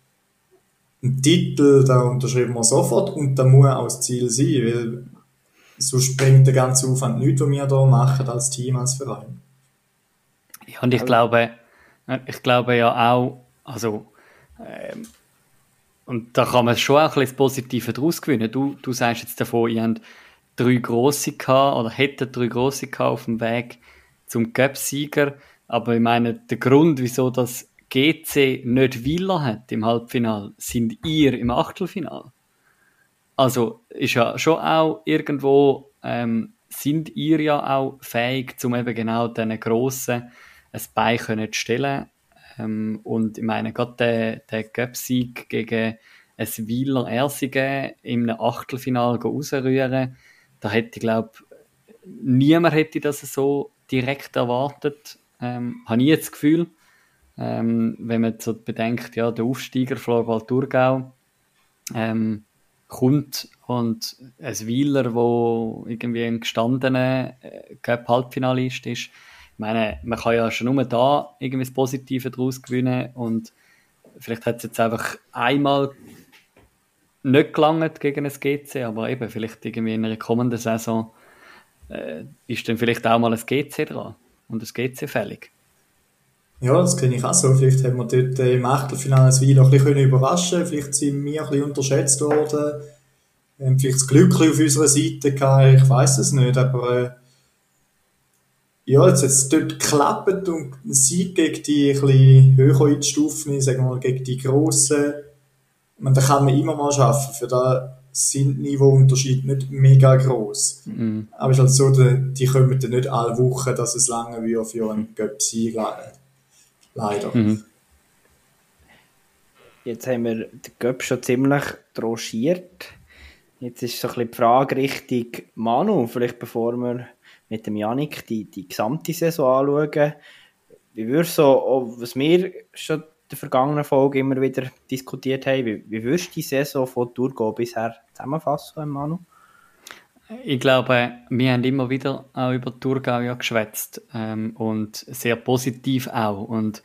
S4: einen Titel, da unterschreiben wir sofort und da muss auch das Ziel sein, weil sonst bringt der ganze Aufwand nichts, was wir hier machen als Team, als Verein.
S2: Ja, und ich glaube, ich glaube ja auch, also, ähm, und da kann man schon auch ein bisschen das Positive daraus gewinnen. Du, du sagst jetzt davon, ihr habt drei Grosse gehabt, oder hättet drei Grosse gehabt auf dem Weg zum Cup-Sieger, aber ich meine, der Grund, wieso das G C nicht Wieler hat im Halbfinale, sind ihr im Achtelfinale. Also ist ja schon auch irgendwo, ähm, sind ihr ja auch fähig, um eben genau diesen Grossen ein Bein zu stellen. Ähm, und ich meine, gerade der, der Cup-Sieg gegen ein Wieler Ersingen in einem Achtelfinale rausrühren, da hätte ich, glaube niemand hätte das so direkt erwartet. Ähm, habe ich jetzt das Gefühl, ähm, wenn man so bedenkt, ja, der Aufsteiger Floorball Thurgau, ähm, kommt und ein Wieler, wo irgendwie ein gestandener äh, Cup-Halbfinalist ist. Ich meine, man kann ja schon nur da irgendwie das Positive daraus gewinnen und vielleicht hat es jetzt einfach einmal nicht gelangt gegen ein G C, aber eben vielleicht irgendwie in einer kommenden Saison äh, ist dann vielleicht auch mal ein G C dran und ein G C fällig.
S4: Ja, das kenne ich auch so. Vielleicht haben wir dort im Achtelfinale ein Wieler ein bisschen überraschen. Vielleicht sind wir ein bisschen unterschätzt worden. Wir haben vielleicht das Glück auf unserer Seite gehabt. Ich weiss es nicht. Aber äh, ja, jetzt hat es dort geklappt und ein Sieg gegen die ein bisschen höher einzustufen, sagen wir mal, gegen die Grossen. Man, da kann man immer mal schaffen. Für da sind die Niveauunterschiede nicht mega gross.
S2: Mhm.
S4: Aber es ist halt so, die, die kommen dann nicht alle Wochen, dass es lange wie für einen Göpsi leider.
S2: Mhm.
S3: Jetzt haben wir den Göpp schon ziemlich tranchiert. Jetzt ist so ein bisschen die Frage Richtung Manu, vielleicht bevor wir mit dem Yannick die, die gesamte Saison anschauen. Wie würdest du so, was wir schon in der vergangenen Folge immer wieder diskutiert haben, wie, wie würdest du die Saison von Thurgau bisher zusammenfassen, Manu?
S2: Ich glaube, wir haben immer wieder auch über Thurgau ja geschwätzt ähm, und sehr positiv auch. Und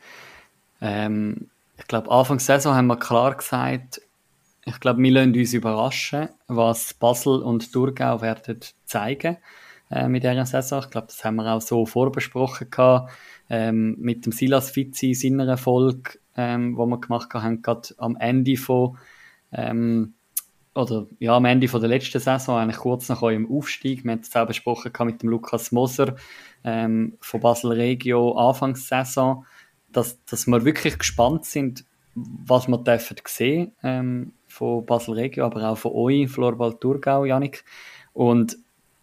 S2: ähm, ich glaube, Anfang der Saison haben wir klar gesagt, ich glaube, wir lassen uns überraschen, was Basel und Thurgau werden zeigen äh, mit dieser Saison. Ich glaube, das haben wir auch so vorbesprochen gehabt, ähm, mit dem Silas Fitzi, seiner Erfolg, ähm, wo wir gemacht haben, gerade am Ende von ähm, oder ja, am Ende von der letzten Saison, eigentlich kurz nach eurem Aufstieg. Wir haben es auch besprochen mit dem Lukas Moser ähm, von Basel Regio Anfangssaison, dass, dass wir wirklich gespannt sind, was wir dürfen sehen ähm, von Basel Regio, aber auch von euch, Floorball Thurgau, Yannick. Und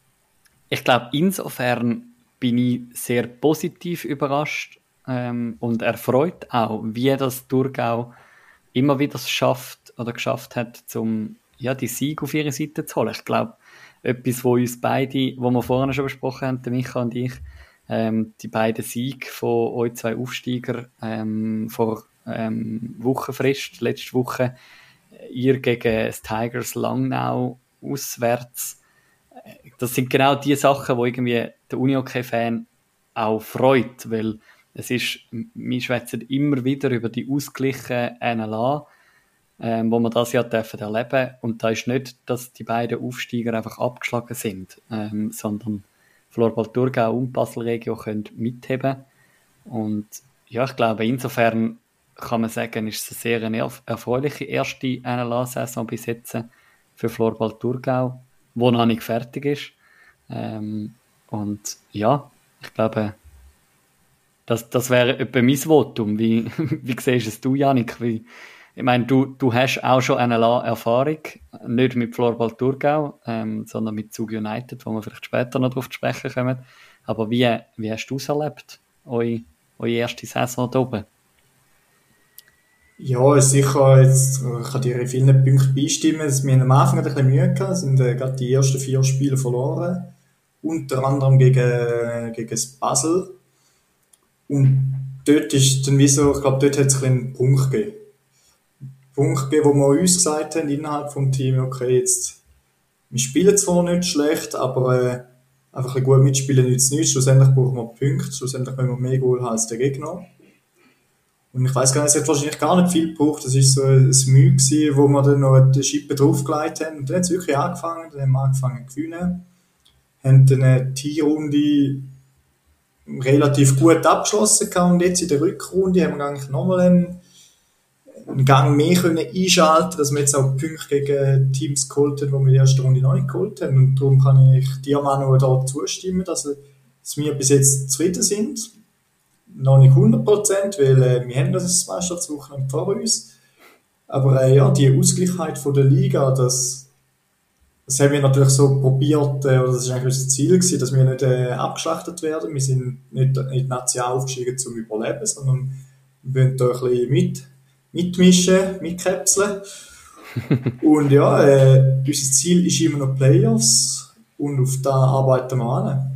S2: ich glaube, insofern bin ich sehr positiv überrascht ähm, und erfreut auch, wie das Thurgau immer wieder es schafft oder geschafft hat, zum ja, die Sieg auf ihre Seite zu holen. Ich glaube, etwas, wo uns beide, wo wir vorhin schon besprochen haben, der Micha und ich, ähm, die beiden Siege von euch zwei Aufsteiger ähm, vor ähm, Wochenfrist, letzte Woche, ihr gegen das Tigers Langnau auswärts. Das sind genau die Sachen, wo irgendwie der Unihockey-Fan auch freut, weil es ist, wir schwätzen immer wieder über die ausgeglichene N L A, ähm, wo wir das ja dürfen erleben. Und da ist nicht, dass die beiden Aufsteiger einfach abgeschlagen sind, ähm, sondern Floorball Thurgau und Basel Regio können mitheben. Und ja, ich glaube, insofern kann man sagen, ist es eine sehr erf- erfreuliche erste N L A-Saison bis jetzt für Floorball Thurgau, wo noch nicht fertig ist. Ähm, und ja, ich glaube, das, das wäre etwa mein Votum. Wie, wie siehst es du, Yannick? Wie, ich meine, du, du hast auch schon N L A-Erfahrung, nicht mit Floorball Thurgau, ähm, sondern mit Zug United, wo wir vielleicht später noch darauf zu sprechen kommen. Aber wie, wie hast du es erlebt, eure, eure erste Saison hier oben?
S4: Ja, sicher, jetzt, ich kann dir in vielen Punkten beistimmen. Wir haben am Anfang ein bisschen Mühe gehabt, sind äh, gerade die ersten vier Spiele verloren. Unter anderem gegen, gegen das Basel. Und dort ist dann wie so, ich glaube, dort hat es ein einen Punkt gegeben. Punkt gegeben, wo wir uns gesagt haben, innerhalb vom Team, okay, jetzt, wir spielen zwar nicht schlecht, aber äh, einfach ein bisschen gut mitspielen nützt nichts. Schlussendlich brauchen wir Punkte, schlussendlich können wir mehr Goal haben als der Gegner. Und ich weiss gar nicht, es hat wahrscheinlich gar nicht viel gebraucht. Das war so ein Mühe gewesen, wo wir dann noch die Schippe draufgelegt haben. Und dann hat es wirklich angefangen, dann haben wir angefangen zu gewinnen. Haben dann eine T-Runde relativ gut abgeschlossen gehabt. Und jetzt in der Rückrunde haben wir eigentlich nochmal einen, einen Gang mehr können einschalten, dass wir jetzt auch Punkte gegen Teams geholt haben, die wir in der ersten Runde noch nicht geholt haben. Und darum kann ich dir, Manu, da zustimmen, dass, dass wir bis jetzt zufrieden sind. Noch nicht hundert Prozent, weil äh, wir haben das Meisterschaftswochenende vor uns. Aber äh, ja, die Ausgleichheit von der Liga, das, das haben wir natürlich so probiert, äh, oder das war eigentlich unser Ziel gewesen, dass wir nicht äh, abgeschlachtet werden. Wir sind nicht, nicht national aufgestiegen zum Überleben, sondern wir wollen da ein bisschen mit, mitmischen, mitkäpseln. Und ja, äh, unser Ziel ist immer noch Playoffs und auf da arbeiten wir an.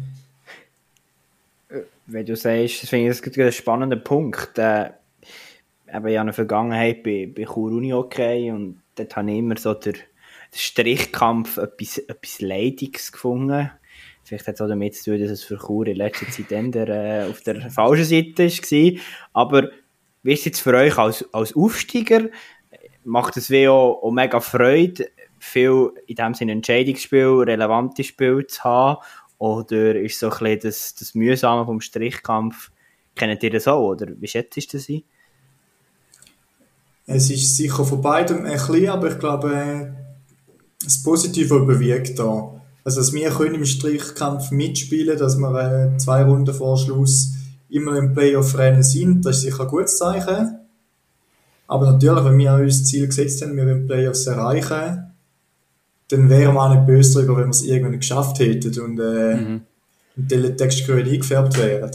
S3: Wenn du sagst, das finde ich das ein spannender Punkt. Äh, eben ja eine Vergangenheit bei, bei Chur Unihockey und dort habe ich immer so der, der Strichkampf etwas, etwas Leidiges gefunden. Vielleicht hat es auch damit zu tun, dass es für Chur in letzter Zeit eher, äh, auf der falschen Seite war. Aber wie ist es jetzt für euch als, als Aufsteiger? Macht es wie auch, auch mega Freude, viel in dem Sinne Entscheidungsspiel, relevante Spiele zu haben? Oder ist so ein bisschen das, das Mühsame vom Strichkampf, kennt ihr das auch, oder wie schätzt du das ein?
S4: Es ist sicher von beidem ein bisschen, aber ich glaube, das Positive überwiegt da. Also, dass wir können im Strichkampf mitspielen, dass wir äh, zwei Runden vor Schluss immer im Playoff-Rennen sind, das ist sicher ein gutes Zeichen. Aber natürlich, wenn wir uns das Ziel gesetzt haben, wir wollen Playoffs erreichen, dann wären wir auch nicht böse darüber, wenn wir es irgendwann nicht geschafft hätten und, äh,
S2: Mhm.
S4: und die Textgrün eingefärbt wären.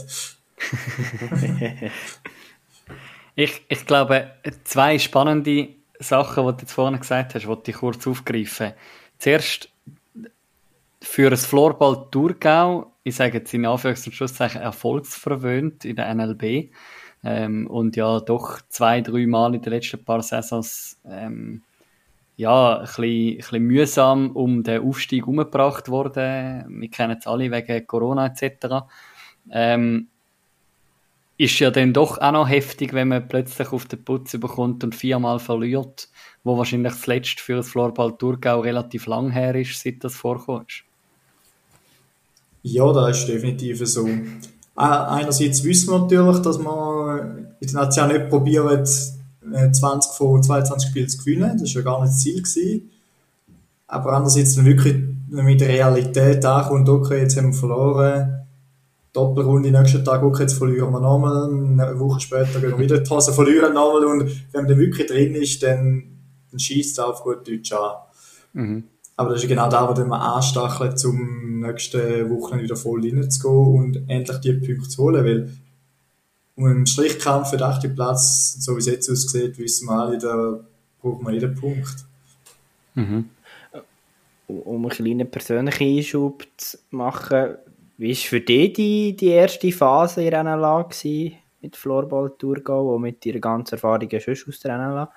S2: Ich, ich glaube, zwei spannende Sachen, die du jetzt vorhin gesagt hast, wollte ich kurz aufgreifen. Zuerst für ein Floorball Thurgau, ich sage jetzt in Anführungs- und Schlusszeichen, erfolgsverwöhnt in der N L B. Ähm, und ja, doch zwei, drei Mal in den letzten paar Saisons ähm, ja, ein bisschen, ein bisschen mühsam um den Aufstieg herumgebracht worden. Wir kennen es alle wegen Corona et cetera. Ähm, ist ja dann doch auch noch heftig, wenn man plötzlich auf den Putz bekommt und viermal verliert, wo wahrscheinlich das letzte für das Floorball Thurgau relativ lang her ist, seit das vorgekommen ist.
S4: Ja, das ist definitiv so. Einerseits wissen wir natürlich, dass wir in der Nation nicht probieren, zwanzig von zweiundzwanzig Spielen zu gewinnen. Das war ja gar nicht das Ziel gewesen. Aber andererseits dann wirklich mit der Realität ankommt, okay, jetzt haben wir verloren. Doppelrunde, nächsten Tag, okay, jetzt verlieren wir nochmal. Eine Woche später gehen wir wieder die Hose, verlieren nochmal. Und wenn man dann wirklich drin ist, dann, dann schießt es auf gut Deutsch an. Mhm. Aber das ist genau da, wo man anstachelt, zum nächsten Wochenende wieder voll reinzugehen und endlich die Punkte zu holen. Weil um einen Strichkampf für den achten Platz, so wie es jetzt aussieht, wissen wir alle, da braucht man jeden Punkt.
S3: Mhm. Um einen kleinen persönlichen Einschub zu machen, wie war für dich die, die erste Phase in der N L A gewesen, mit Floorball Thurgau und mit deiner ganzen Erfahrung schon aus der N L A?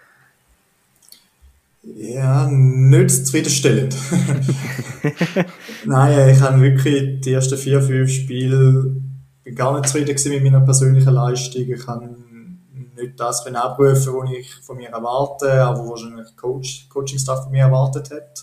S4: Ja, nicht zufriedenstellend. Nein, ich habe wirklich die ersten vier, fünf Spiele gar nicht zufrieden mit meiner persönlichen Leistung. Ich habe nicht das abrufen, was ich von mir erwarte, aber wahrscheinlich der Coach, Coaching-Staff von mir erwartet hat.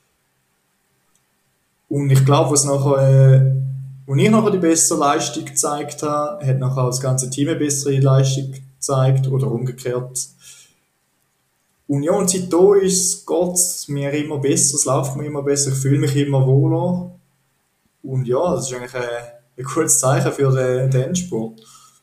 S4: Und ich glaube, was nachher, äh, wo ich nachher die bessere Leistung gezeigt habe, hat nachher auch das ganze Team eine bessere Leistung gezeigt oder umgekehrt. Und ja, und seitdem ist, geht es mir immer besser, es läuft mir immer besser, ich fühle mich immer wohler. Und ja, das ist eigentlich ein, ein gutes Zeichen für den, den Endspurt.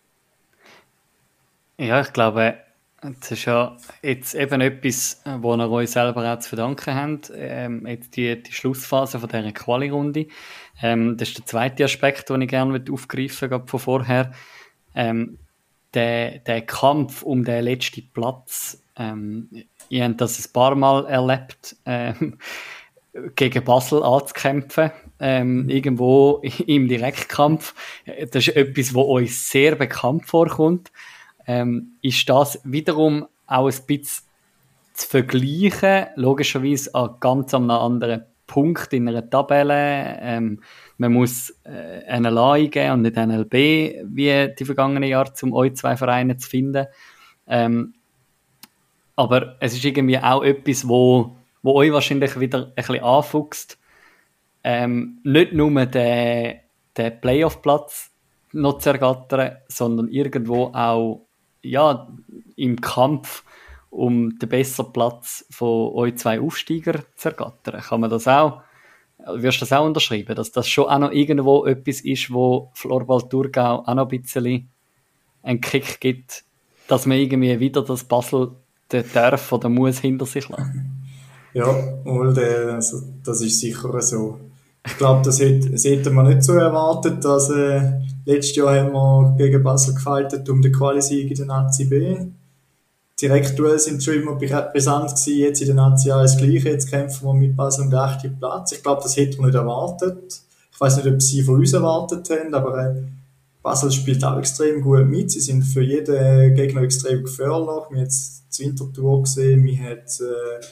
S2: Ja, ich glaube, das ist ja jetzt eben etwas, wo ihr euch selber auch zu verdanken habt. Ähm, jetzt die, die Schlussphase von dieser Quali-Runde. Ähm, das ist der zweite Aspekt, den ich gerne aufgreifen möchte, von vorher. Ähm, der, der Kampf um den letzten Platz. Ähm, ihr habt das ein paar Mal erlebt, ähm, gegen Basel anzukämpfen, ähm, irgendwo im Direktkampf. Das ist etwas, was euch sehr bekannt vorkommt. Ähm, ist das wiederum auch ein bisschen zu vergleichen, logischerweise an ganz einem anderen Punkt in einer Tabelle. Ähm, man muss äh, N L A eingeben und nicht N L B, wie die vergangenen Jahre, um euch zwei Vereine zu finden. Ähm, aber es ist irgendwie auch etwas, wo, wo euch wahrscheinlich wieder ein bisschen anfuchst. Ähm, nicht nur den, den Playoff-Platz noch zu ergattern, sondern irgendwo auch ja, im Kampf um den besseren Platz von euch zwei Aufsteiger zu ergattern. Kann man das auch, wirst du das auch unterschreiben, dass das schon auch noch irgendwo etwas ist, wo Floorball Thurgau auch noch ein bisschen einen Kick gibt, dass man irgendwie wieder das Basel der darf oder muss hinter sich lassen?
S4: Ja, wohl, der, also, das ist sicher so. Ich glaube, das hätte, das hätte man nicht so erwartet, dass äh, letztes Jahr haben wir gegen Basel gefightet um den Quali-Sieg in der Nazi B. Direktduell sind schon immer brisant gewesen, jetzt in der Nazi A das Gleiche, jetzt kämpfen wir mit Basel um den achten Platz. Ich glaube, das hätte man nicht erwartet. Ich weiß nicht, ob sie von uns erwartet haben, aber äh, Basel spielt auch extrem gut mit. Sie sind für jeden Gegner extrem gefährlich. Wir haben jetzt das Winterthur gesehen, wir haben äh,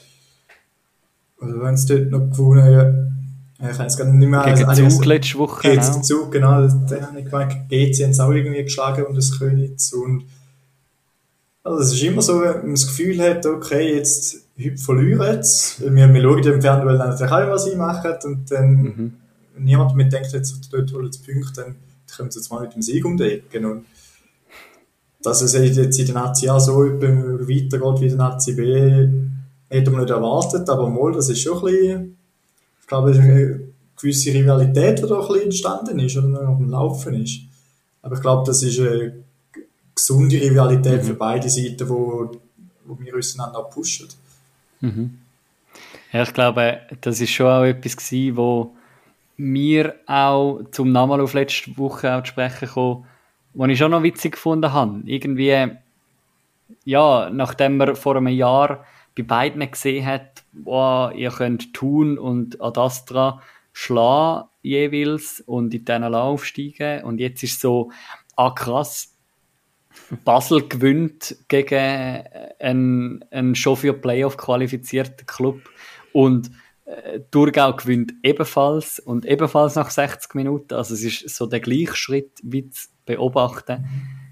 S4: oder wenn es dort noch gewonnen, ja, ich kann es gar nicht mehr...
S2: Gegen
S4: also,
S2: Zug letzte Woche,
S4: gegen
S2: genau.
S4: Zug, genau, den habe ich gemeint, G C haben es auch irgendwie geschlagen und das Königs und also es ist immer so, wenn man das Gefühl hat, okay, jetzt, heute verlieren sie, wir, wir schauen im Fernsehen natürlich auch, was sie machen und dann mhm. niemand mit denkt, jetzt dort holen sie Punkte, dann kommen sie jetzt mal mit dem Sieg um die Ecke und dass es jetzt in der Nazi A so weitergeht wie in der Nazi B, hätte man nicht erwartet, aber mal, das ist schon ein bisschen, ich glaube, eine gewisse Rivalität, die da ein bisschen entstanden ist oder noch am Laufen ist. Aber ich glaube, das ist eine gesunde Rivalität mhm. für beide Seiten, wo, wo wir uns einander pushen.
S2: Mhm. Ja, ich glaube, das ist schon auch etwas gewesen, wo mir auch zum Namen auf letzte Woche auch zu sprechen kam, was ich schon noch witzig gefunden habe. Irgendwie, ja, nachdem man vor einem Jahr bei beiden gesehen hat, wow, ihr könnt Thun und Ad Astra schlagen jeweils und in diesen aufsteigen. Und jetzt ist so, ah krass, Basel gewinnt gegen einen, einen schon für Playoff qualifizierten Club und äh, Thurgau gewinnt ebenfalls und ebenfalls nach sechzig Minuten. Also es ist so der gleiche Schritt wie zu beobachten.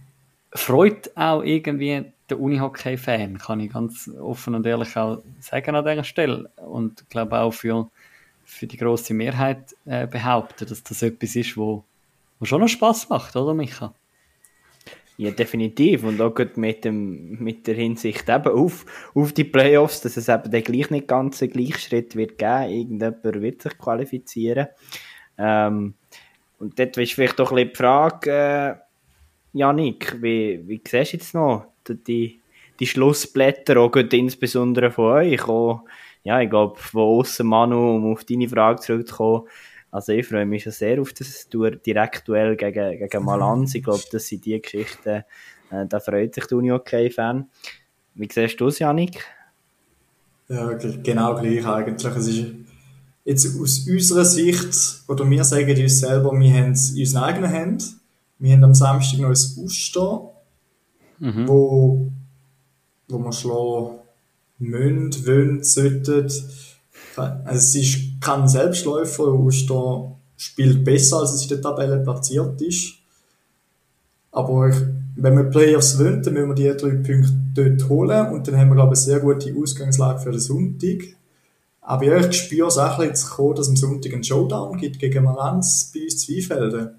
S2: Freut auch irgendwie der Unihockey-Fan, kann ich ganz offen und ehrlich auch sagen an dieser Stelle. Und ich glaube auch für, für die grosse Mehrheit äh, behaupten, dass das etwas ist, wo, wo schon noch Spass macht, oder Micha?
S3: Ja, definitiv. Und auch gut mit, dem, mit der Hinsicht eben auf, auf die Playoffs, dass es eben dann gleich nicht ganz einen Gleichschritt wird geben. Irgendjemand wird sich qualifizieren. Ähm, und dort ist vielleicht doch ein bisschen die Frage, äh, Janik, wie, wie siehst du jetzt noch die, die Schlussblätter, auch gut insbesondere von euch? Auch, ja, ich glaube, von aussen, Manu, um auf deine Frage zurückzukommen, also ich freue mich schon sehr auf das Direktduell gegen, gegen Malanz. Ich glaube, das sind die Geschichten, äh, da freut sich der Unihockey-Fan. Wie siehst du es, Janik?
S4: Ja, genau gleich eigentlich. Es ist jetzt aus unserer Sicht, oder wir sagen uns selber, wir haben es in unseren eigenen Händen. Wir haben am Samstag noch ein Ausstehen, mhm. wo, wo wir schlagen müssen, wollen, sollten. Also es ist kein Selbstläufer, Ausstehen spielt besser, als es in der Tabelle platziert ist. Aber ich, wenn wir Playoffs wollen, dann müssen wir die drei Punkte dort holen und dann haben wir, glaube ich, eine sehr gute Ausgangslage für den Sonntag. Aber ja, ich spüre es auch ein bisschen kommen, dass es am Sonntag einen Showdown gibt gegen Malanz bei uns Zweifelden.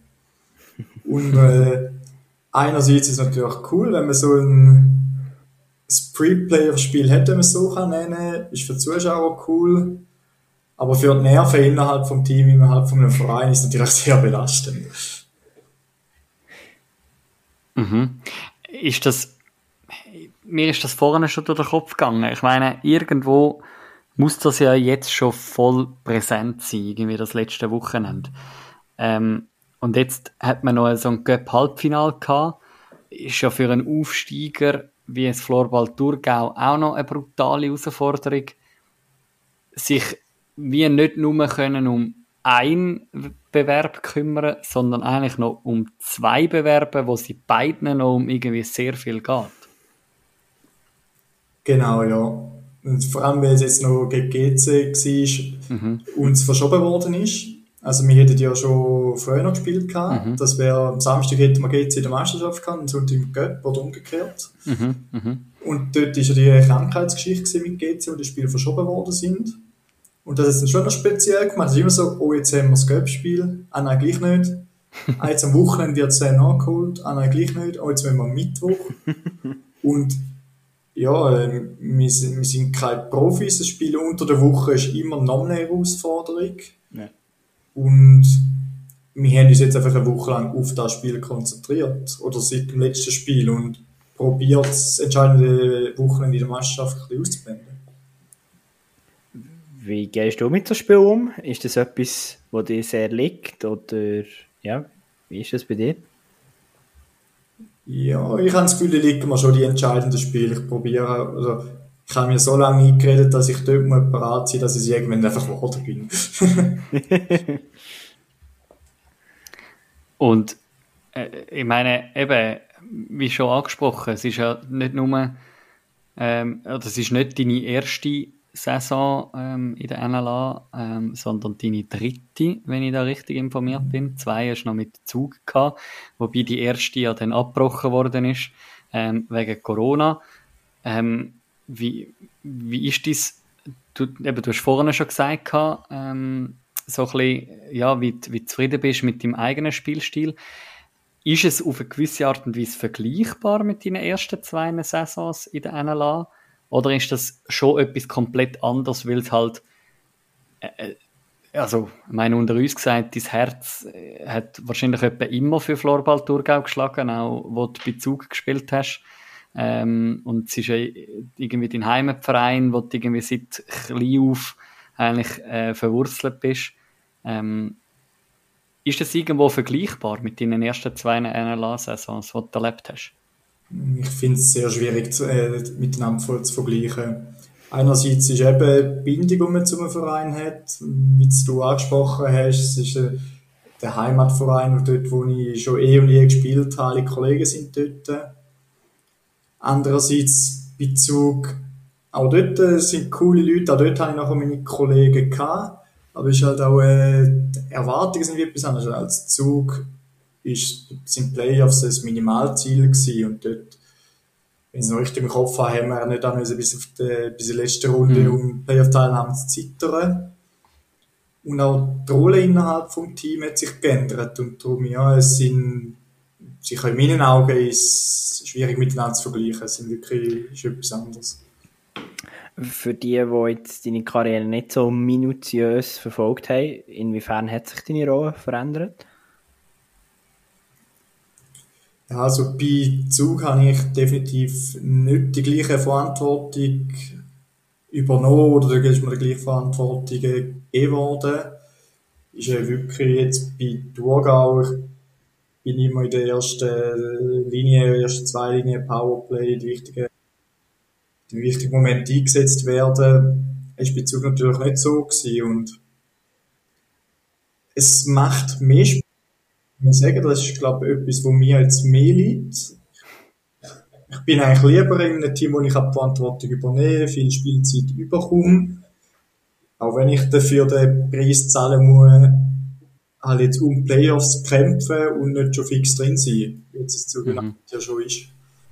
S4: Und äh, einerseits ist es natürlich cool, wenn man so ein, ein Pre-Player-Spiel hat, wenn man es so kann nennen, ist für die Zuschauer cool. Aber für die Nerven innerhalb vom Team, innerhalb von einem Verein ist es natürlich sehr belastend.
S2: Mhm. Ist das, mir ist das vorne schon durch den Kopf gegangen. Ich meine, irgendwo muss das ja jetzt schon voll präsent sein, irgendwie das letzte Wochenende. Ähm, und jetzt hat man noch so ein Cup-Halbfinale gehabt. Ist ja für einen Aufsteiger wie das Floorball Thurgau auch noch eine brutale Herausforderung, sich wie nicht nur können um einen Bewerb kümmern, sondern eigentlich noch um zwei Bewerbe, wo sie beiden noch um irgendwie sehr viel geht.
S4: Genau, ja. Und vor allem, weil es jetzt noch gegen G C war, mhm. uns verschoben worden ist. Also wir hätten ja schon früher noch gespielt gehabt. Mhm. Das wäre, am Samstag hätten wir G C in der Meisterschaft gehabt und Sonntag im Cup oder umgekehrt. Mhm. Mhm. Und dort war ja die Krankheitsgeschichte mit G C, wo die Spiele verschoben worden sind. Und das ist dann schon noch speziell gemacht. Es ist immer so, oh, jetzt haben wir das Cup-Spiel, ah nein, gleich nicht. Ah, jetzt am Wochenende wird es dann nachgeholt, ah nein, gleich nicht. Oh, jetzt wollen wir am Mittwoch. Und ja, äh, wir, sind, wir sind keine Profis, das Spiel unter der Woche ist immer noch eine Herausforderung. Ja. Und wir haben uns jetzt einfach eine Woche lang auf das Spiel konzentriert, oder seit dem letzten Spiel, und probiert, das entscheidende Wochenende in der Meisterschaft ein bisschen auszublenden.
S3: Wie gehst du mit dem Spiel um? Ist das etwas, was dir sehr liegt? Oder ja, wie ist das bei dir?
S4: Ja, ich habe das Gefühl, die liegen mir schon die entscheidenden Spiele. Ich probiere, also ich habe mir so lange eingeredet, dass ich dort mal bereit bin, dass ich irgendwann einfach geworden bin.
S2: Und äh, ich meine, eben, wie schon angesprochen, es ist ja nicht nur, ähm, oder es ist nicht deine erste Saison ähm, in der N L A, ähm, sondern deine dritte, wenn ich da richtig informiert bin. Zwei hast du noch mit Zug gehabt, wobei die erste ja dann abgebrochen worden ist, ähm, wegen Corona. Ähm, wie, wie ist das? Du, eben, du hast vorhin schon gesagt, ähm, so ein bisschen, ja, wie, wie zufrieden bist mit deinem eigenen Spielstil. Ist es auf eine gewisse Art und Weise vergleichbar mit deinen ersten zwei Saisons in der N L A? Oder ist das schon etwas komplett anderes, weil es halt, äh, also, ich meine, unter uns gesagt, dein Herz hat wahrscheinlich etwa immer für Floorball Thurgau geschlagen, auch wo du bei Zug gespielt hast. Ähm, und es ist ja irgendwie dein Heimatverein, wo du irgendwie seit klein auf eigentlich äh, verwurzelt bist. Ähm, ist das irgendwo vergleichbar mit deinen ersten zwei N L A-Saisons, die du erlebt hast?
S4: Ich finde es sehr schwierig zu, äh, miteinander zu vergleichen. Einerseits ist eben die Bindung, die man zum Verein hat, wie du angesprochen hast. Es ist äh, der Heimatverein, dort, wo ich schon eh und je gespielt habe. Alle Kollegen sind dort. Andererseits Bezug, auch dort äh, sind coole Leute, auch dort habe ich nachher meine Kollegen gehabt. Aber es ist halt auch, äh, die Erwartungen sind etwas anderes. Als Zug ist, sind Playoffs ein Minimalziel gewesen und dort, wenn ich es noch richtig im Kopf habe, haben wir nicht auch müssen, bis auf die, bis die letzte Runde mhm. um Playoff-Teilnahme zu zittern. Und auch die Rolle innerhalb des Teams hat sich geändert. Und darum, ja, es sind, sicher in meinen Augen ist es schwierig miteinander zu vergleichen. Es sind wirklich, ist etwas anderes.
S3: Für die, die jetzt deine Karriere nicht so minutiös verfolgt haben, inwiefern hat sich deine Rolle verändert?
S4: Ja, also bei Zug habe ich definitiv nicht die gleiche Verantwortung übernommen oder da ist mir die gleiche Verantwortung gegeben worden. Ist ja wirklich jetzt bei Thurgau, ich bin immer in der ersten Linie, ersten zwei Linien Powerplay, die wichtigen, die wichtigen Momente eingesetzt werden. Das war bei Zug natürlich nicht so gewesen und es macht mehr Spaß. Ich sagen, das ist, glaube ich, etwas, was mir jetzt mehr liegt. Ich bin eigentlich lieber in einem Team, wo ich die Verantwortung übernehme, viel Spielzeit überkomme. Auch wenn ich dafür den Preis zahlen muss, halt jetzt um Playoffs kämpfen und nicht schon fix drin sein, wie jetzt es zugenommen mhm. ja schon ist.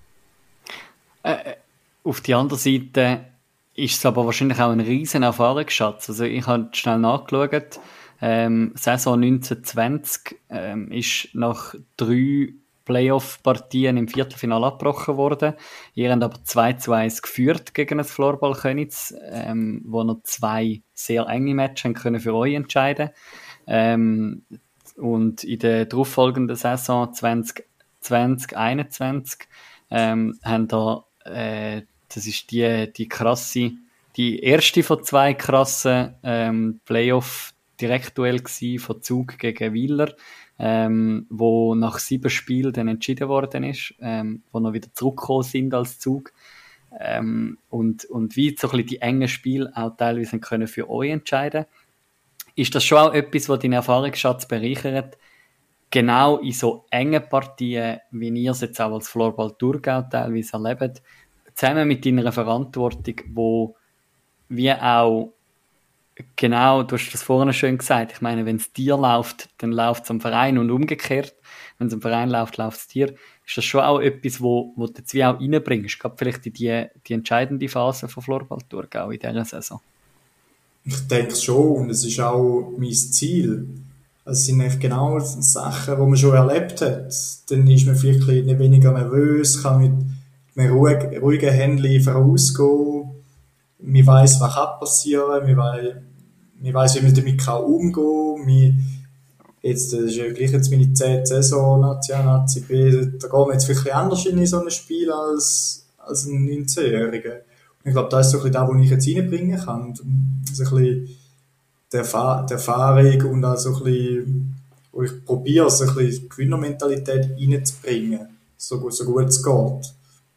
S2: Äh, auf die andere Seite ist es aber wahrscheinlich auch ein riesen Erfahrungsschatz. Also ich habe schnell nachgeschaut. Ähm, Saison neunzehn zwanzig ähm, ist nach drei Playoff-Partien im Viertelfinale abgebrochen worden. Ihr habt aber zwei zu eins geführt gegen das Floorball Königs, ähm, wo noch zwei sehr enge Matches haben können für euch entscheiden. Ähm, und in der darauffolgenden Saison zwanzig zwanzig einundzwanzig ähm, haben da, äh, das ist die, die krasse, die erste von zwei krassen ähm, Playoff Direktduell gsi von Zug gegen Wieler, ähm, wo nach sieben Spielen dann entschieden worden ist, ähm, wo noch wieder zurückgekommen sind als Zug. Ähm, und, und wie so ein bisschen die engen Spiele auch teilweise können für euch entscheiden. Ist das schon auch etwas, was deinen Erfahrungsschatz bereichert? Genau in so engen Partien, wie ihr es jetzt auch als Floorball Thurgau teilweise erlebt, zusammen mit deiner Verantwortung, wo wie auch genau, du hast das vorhin schön gesagt. Ich meine, wenn es dir läuft, dann läuft es am Verein und umgekehrt. Wenn es am Verein läuft, läuft es dir. Ist das schon auch etwas, wo, wo du jetzt wie auch reinbringst? Gerade vielleicht in die, die entscheidende Phase von Floorball Thurgau in dieser Saison?
S4: Ich denke schon und es ist auch mein Ziel. Es sind eigentlich genau Sachen, die man schon erlebt hat. Dann ist man vielleicht ein bisschen weniger nervös, kann mit einem ruhigen, ruhigen Händchen vorausgehen. Man weiss, was kann passieren, man weiss, man weiss, wie man damit umgehen kann. Man, jetzt, das ist ja gleich jetzt meine zehnte Saison, Nazi A, Nazi B, da geht man jetzt vielleicht anders in so ein Spiel als, als ein neunzehnjähriger. Und ich glaube, das ist so ein bisschen das, was ich jetzt reinbringen kann. Und so ein bisschen die, Erfahr- die Erfahrung und auch so ein bisschen, wo ich probiere, so ein bisschen Gewinnermentalität reinzubringen, so gut, so gut es geht.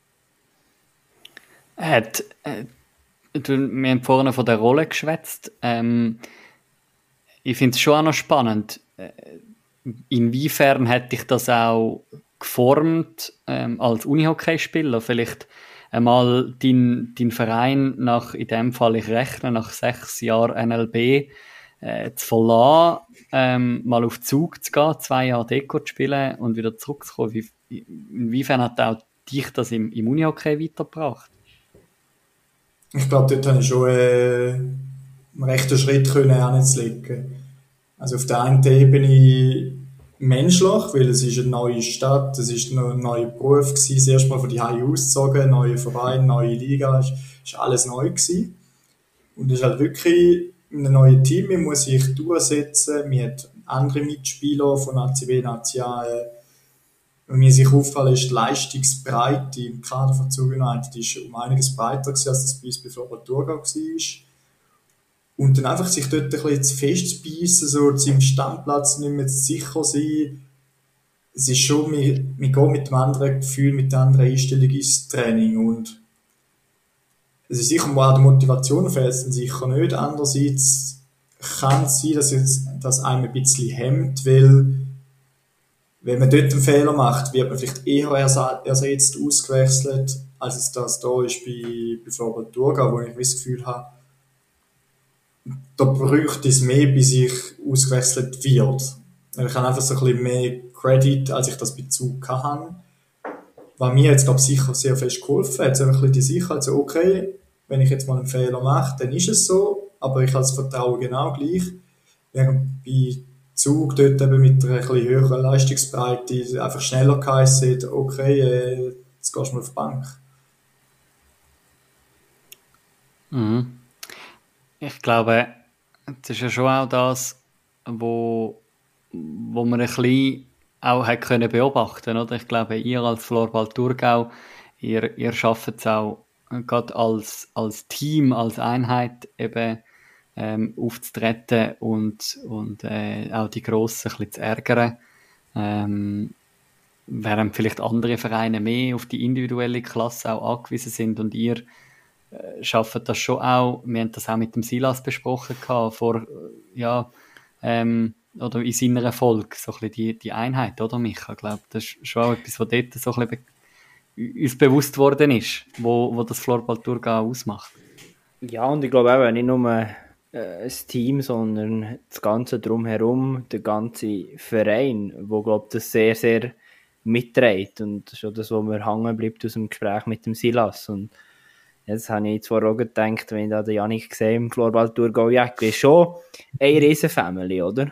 S2: Hat, äh, du, wir haben vorhin von der Rolle geschwätzt. Ähm, ich finde es schon auch noch spannend. Inwiefern hat dich das auch geformt ähm, als Unihockeyspieler? Vielleicht einmal dein, dein Verein nach, in dem Fall ich rechne, nach sechs Jahren N L B äh, zu verlassen, ähm, mal auf Zug zu gehen, zwei Jahre Deko zu spielen und wieder zurückzukommen. Wie, inwiefern hat auch dich das im, im Unihockey weitergebracht?
S4: Ich glaube, dort habe ich schon äh, einen rechten Schritt können anzulegen. Also auf der einen Ebene menschlich, weil es ist eine neue Stadt, es ist ein neuer Beruf gewesen, das erste Mal von die Hause ausgezogen, neuer Verein, neue Liga, es ist alles neu gewesen. Und es ist halt wirklich ein neues Team, man muss sich durchsetzen, man hat andere Mitspieler von Nazi B, Nazi A. Und mir sich auffallen ist, die Leistungsbreite im Kader von Zug United ist um einiges breiter gewesen, als das bei uns bei Floorball Thurgau war. Und dann einfach sich dort ein bisschen zu festbeissen, so seinem Stammplatz nicht mehr sicher sein. Es ist schon, man, man geht mit dem anderen Gefühl, mit der anderen Einstellung ins Training. Und es ist sicher mal die Motivation fehlt es dann sicher nicht. Andererseits kann es sein, dass jetzt, das einem ein bisschen hemmt, weil wenn man dort einen Fehler macht, wird man vielleicht eher ersetzt, ausgewechselt, als es das da ist bei, bei Floorball Thurgau, wo ich das Gefühl habe, da bräuchte es mehr, bis ich ausgewechselt wird. Ich habe einfach so ein bisschen mehr Credit, als ich das bei Zug hatte. Was mir jetzt, glaube ich, sicher sehr fest geholfen hat. So ein bisschen die Sicherheit, so, okay, wenn ich jetzt mal einen Fehler mache, dann ist es so, aber ich habe das Vertrauen genau gleich. Während bei Zug dort eben mit einer etwas höheren Leistungsbreite einfach schneller geheißen, okay, äh, jetzt gehst du mal auf die Bank.
S2: Mhm. Ich glaube, das ist ja schon auch das, wo, wo man ein bisschen auch hat können beobachten, oder? Ich glaube, ihr als Floorball Thurgau, ihr, ihr schafft es auch gerade als, als Team, als Einheit eben ähm, aufzutreten und, und äh, auch die Grossen ein bisschen zu ärgern. Ähm, während vielleicht andere Vereine mehr auf die individuelle Klasse auch angewiesen sind und ihr äh, schafft das schon auch. Wir haben das auch mit dem Silas besprochen gehabt, vor, ja, ähm, oder in seiner Folge, so ein bisschen die, die Einheit, oder Micha? Ich glaube, das ist schon auch etwas, was dort so ein bisschen be- uns bewusst worden ist, wo, wo das Floorball Thurgau ausmacht.
S3: Ja, und ich glaube auch nicht nur äh, ein Team, sondern das Ganze drumherum, der ganze Verein, wo, glaube ich, das sehr, sehr mitträgt. Und das ist auch das, was mir hängen bleibt aus dem Gespräch mit dem Silas. Und jetzt habe ich zwar auch gedacht, wenn ich da den Janik sehe im Floorball Thurgau, ja, ist schon eine riesen Family, oder?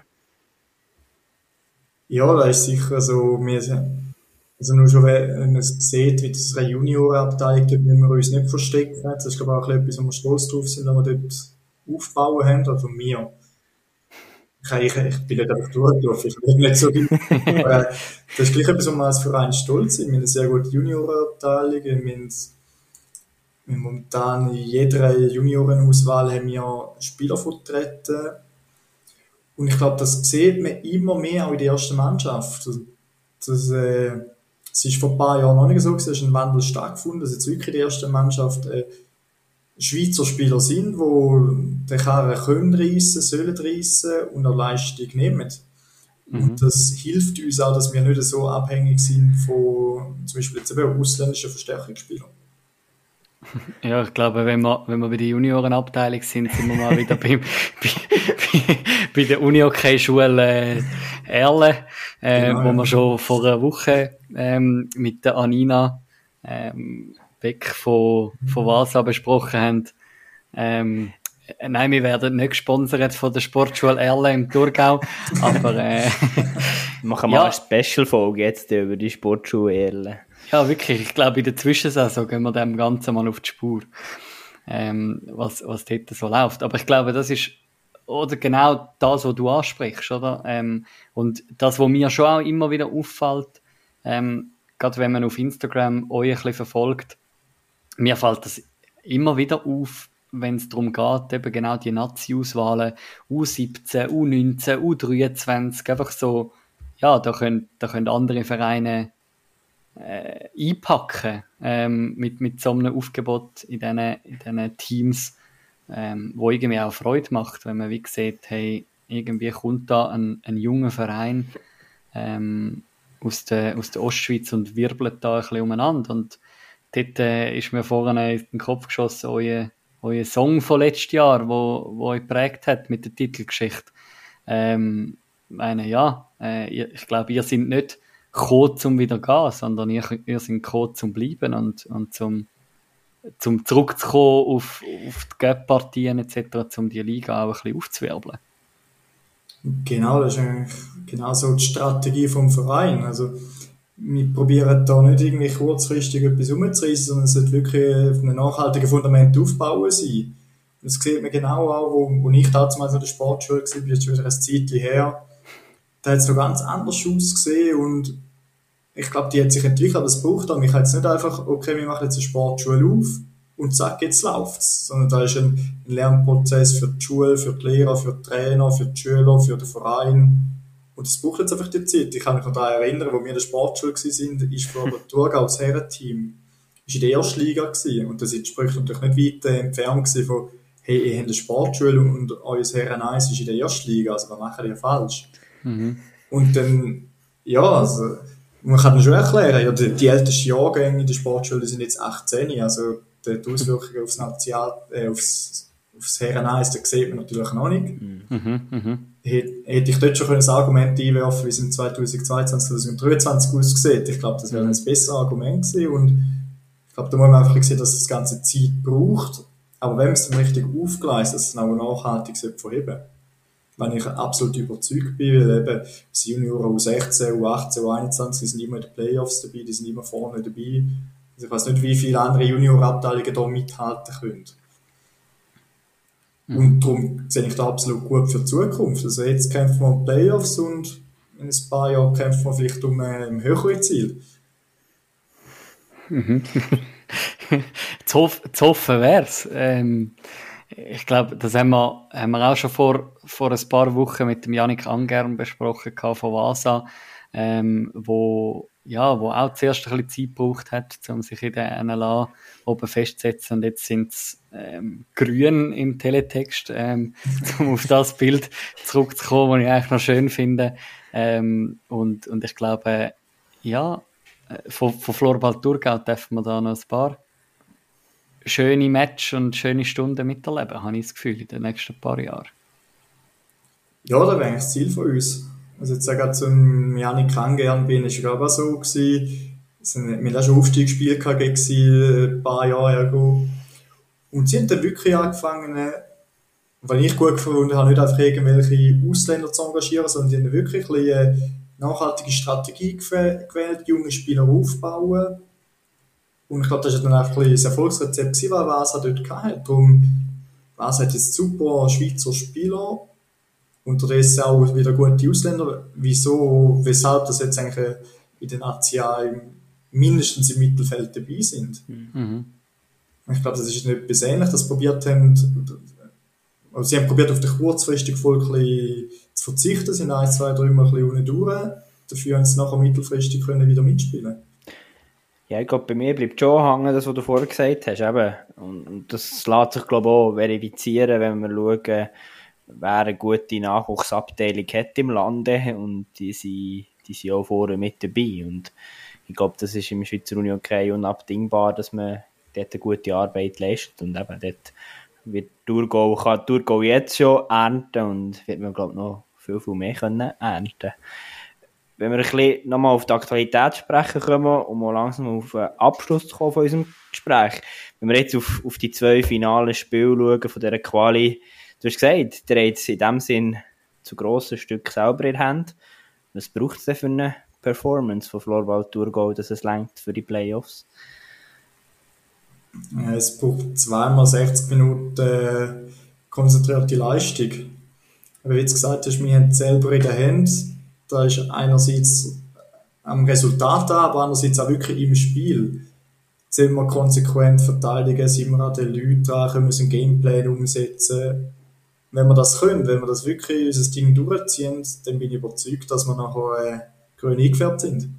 S4: Ja, das ist sicher so, wir sind, also nur schon, wenn man es sieht, wie das eine Juniorenabteilung dort, müssen wir uns nicht verstecken. Das ist, glaube ich, auch etwas, wo wir stolz drauf sind, wenn wir dort aufbauen haben, oder von mir. Ich, ich bin nicht einfach durchgelaufen, ich bin nicht so weit. Aber äh, das ist gleich etwas, wo wir als Verein stolz sind. Wir haben eine sehr gute Juniorenabteilung, wir haben, wir haben momentan in jeder Juniorenauswahl haben wir Spieler vertreten. Und ich glaube, das sieht man immer mehr auch in der ersten Mannschaft. Das, äh, es ist vor ein paar Jahren noch nicht so gewesen, es ist ein Wandel stattgefunden, dass jetzt wirklich die erste Mannschaft äh, Schweizer Spieler sind, die den Karren können reissen, sollen reissen und eine Leistung nehmen. Mhm. Und das hilft uns auch, dass wir nicht so abhängig sind von zum Beispiel jetzt eben ausländischen Verstärkungsspielern.
S2: Ja, ich glaube, wenn wir, wenn wir bei der Juniorenabteilung sind, sind wir mal wieder beim, bei, bei, bei der Uni-Hockey-Schule äh, Erle, äh, genau, wo ja. wir schon vor einer Woche ähm, mit der Anina ähm, Beck von, von Vasa besprochen haben. Ähm, nein, wir werden nicht gesponsert von der Sportschule Erle im Thurgau, aber äh,
S3: machen wir ja. Eine Special-Folge jetzt über die Sportschule Erle.
S2: Ja, wirklich. Ich glaube, in der Zwischensaison gehen wir dem Ganzen mal auf die Spur, ähm, was, was dort so läuft. Aber ich glaube, das ist oder genau das, was du ansprichst, oder? Ähm, und das, was mir schon auch immer wieder auffällt, ähm, gerade wenn man auf Instagram euch ein bisschen verfolgt, mir fällt das immer wieder auf, wenn es darum geht, eben genau die Nazi-Auswahlen, U siebzehn, U neunzehn, U dreiundzwanzig, einfach so, ja, da können, da können andere Vereine Äh, einpacken ähm, mit, mit so einem Aufgebot in diesen in diesen Teams, ähm, wo irgendwie auch Freude macht, wenn man wie sieht, hey, irgendwie kommt da ein, ein junger Verein ähm, aus, der, aus der Ostschweiz und wirbelt da ein bisschen umeinander. Und dort äh, ist mir vorhin in den Kopf geschossen, euer, euer Song von letztes Jahr, wo, wo euch geprägt hat mit der Titelgeschichte. Ähm, meine, ja, äh, ihr, ich glaube, ihr seid nicht gekommen, zum wieder gehen, sondern ihr, ihr seid gekommen, zum bleiben und, und zum, zum zurückzukommen auf, auf die Cup-Partien et cetera, um die Liga auch ein bisschen aufzuwirbeln.
S4: Genau, das ist eigentlich genau so die Strategie vom Verein. Also, wir probieren da nicht irgendwie kurzfristig etwas umzureißen, sondern es sollte wirklich auf einem nachhaltigen Fundament aufbauen sein. Das sieht man genau auch, wo, wo ich damals in der Sportschule war, bin jetzt schon wieder ein Zeitchen her. Da hat es noch ganz anders ausgesehen und ich glaube, die hat sich entwickelt, aber es braucht auch. Ich habe jetzt nicht einfach, okay, wir machen jetzt eine Sportschule auf, und zack, jetzt läuft's. Sondern da ist ein, ein Lernprozess für die Schule, für die Lehrer, für die Trainer, für die Schüler, für den Verein. Und es braucht jetzt einfach die Zeit. Ich kann mich noch daran erinnern, wo wir in der Sportschule waren, ist vor der Thurgau das Herrenteam ist in der ersten Liga gewesen. Und das entspricht natürlich nicht weit entfernt von, hey, ihr habt eine Sportschule und euer Herren eins ist in der ersten Liga, also was machen ihr falsch? Mhm. Und dann, ja, also, man kann dann schon erklären, ja, die, die ältesten Jahrgänge in der Sportschule sind jetzt achtzehn, also die Auswirkungen aufs National, äh, aufs, aufs Herren eins, das sieht man natürlich noch nicht.
S2: Mhm. Mhm.
S4: Hätte, hätte ich dort schon ein Argument einwerfen, wie es im zwanzig zweiundzwanzig, zwanzig dreiundzwanzig aussieht. Ich glaube, das wäre ein besseres Argument gewesen und ich glaube, da muss man einfach sehen, dass das ganze Zeit braucht. Aber wenn man es dann richtig aufgleist, dass es dann auch nachhaltig verheben. Wenn ich absolut überzeugt bin, weil eben das Junioren U sechzehn, U achtzehn, U einundzwanzig, die sind immer in den Playoffs dabei, die sind immer vorne dabei. Also ich weiß nicht, wie viele andere Juniorabteilungen da mithalten können. Mhm. Und darum sehe ich da absolut gut für die Zukunft. Also jetzt kämpfen wir um Playoffs und in ein paar Jahren kämpfen wir vielleicht um ein höheres Ziel.
S2: Mhm. zu, hoff, zu hoffen wär's. Ähm, ich glaube, das haben wir, haben wir auch schon vor, vor ein paar Wochen mit dem Yannick Angern besprochen von Vasa, ähm, wo, ja, wo auch zuerst ein bisschen Zeit gebraucht hat, um sich in der N L A oben festzusetzen. Und jetzt sind es ähm, grün im Teletext, ähm, um auf das Bild zurückzukommen, was ich eigentlich noch schön finde. Ähm, und, und ich glaube, ja, Von, von Floorball Thurgau dürfen wir da noch ein paar schöne Matches und schöne Stunden miterleben, habe ich das Gefühl, in den nächsten paar Jahren.
S4: Ja, das wäre eigentlich das Ziel von uns. Also jetzt gerade zum Yannick Angern bin ich glaube auch so gewesen. Wir haben auch schon Aufstiegsspiele gehabt gegen sie, ein paar Jahre ago. Und sie haben dann wirklich angefangen, weil ich gut gefunden habe, nicht einfach irgendwelche Ausländer zu engagieren, sondern die haben wirklich ein bisschen nachhaltige Strategie gewählt, junge Spieler aufbauen. Und ich glaube, das war dann einfach ein Erfolgsrezept, was Vasa dort hatte. Darum, Vasa hat jetzt super Schweizer Spieler, unterdessen auch wieder gute Ausländer. Wieso, weshalb das jetzt eigentlich in den Natia mindestens im Mittelfeld dabei sind. Mhm. Ich glaube, das ist nicht etwas Ähnliches, das probiert haben, also sie haben probiert, auf den kurzfristigen Erfolg ein bisschen zu verzichten, sind ein, zwei, drei Mal ein bisschen unten durch. Dafür haben sie nachher mittelfristig können wieder mitspielen.
S3: Ja, ich glaube, bei mir bleibt schon hängen, das, was du vorher gesagt hast. Eben. Und, und das lässt sich, glaube ich, auch verifizieren, wenn wir schauen, wer eine gute Nachwuchsabteilung hat im Lande. Und die sind, die sind auch vorne mit dabei. Und ich glaube, das ist im Schweizer Unihockey unabdingbar, dass man dort eine gute Arbeit leistet. Und eben dort wird Thurgau, kann Thurgau jetzt schon ernten und wird man, glaube ich, noch viel, viel mehr können ernten. Wenn wir ein bisschen nochmal auf die Aktualität sprechen kommen, um mal langsam auf den Abschluss zu kommen von unserem Gespräch. Wenn wir jetzt auf, auf die zwei finalen Spiele schauen von dieser Quali, du hast gesagt, ihr habt es in dem Sinn zu grossen Stück selber in der Hand. Was braucht es denn für eine Performance von Floorball Thurgau, dass es reicht für die Playoffs?
S4: Ja, es braucht zweimal sechzig Minuten äh, konzentrierte Leistung. Aber wie du gesagt hast, wir haben es selber in der Hand. Da ist einerseits am Resultat da, aber andererseits auch wirklich im Spiel. Sind wir konsequent verteidigen, sind wir an den Leuten dran, können wir einen Gameplan umsetzen. Wenn wir das können, wenn wir das wirklich unser Ding durchziehen, dann bin ich überzeugt, dass wir nachher äh, grün eingefärbt sind.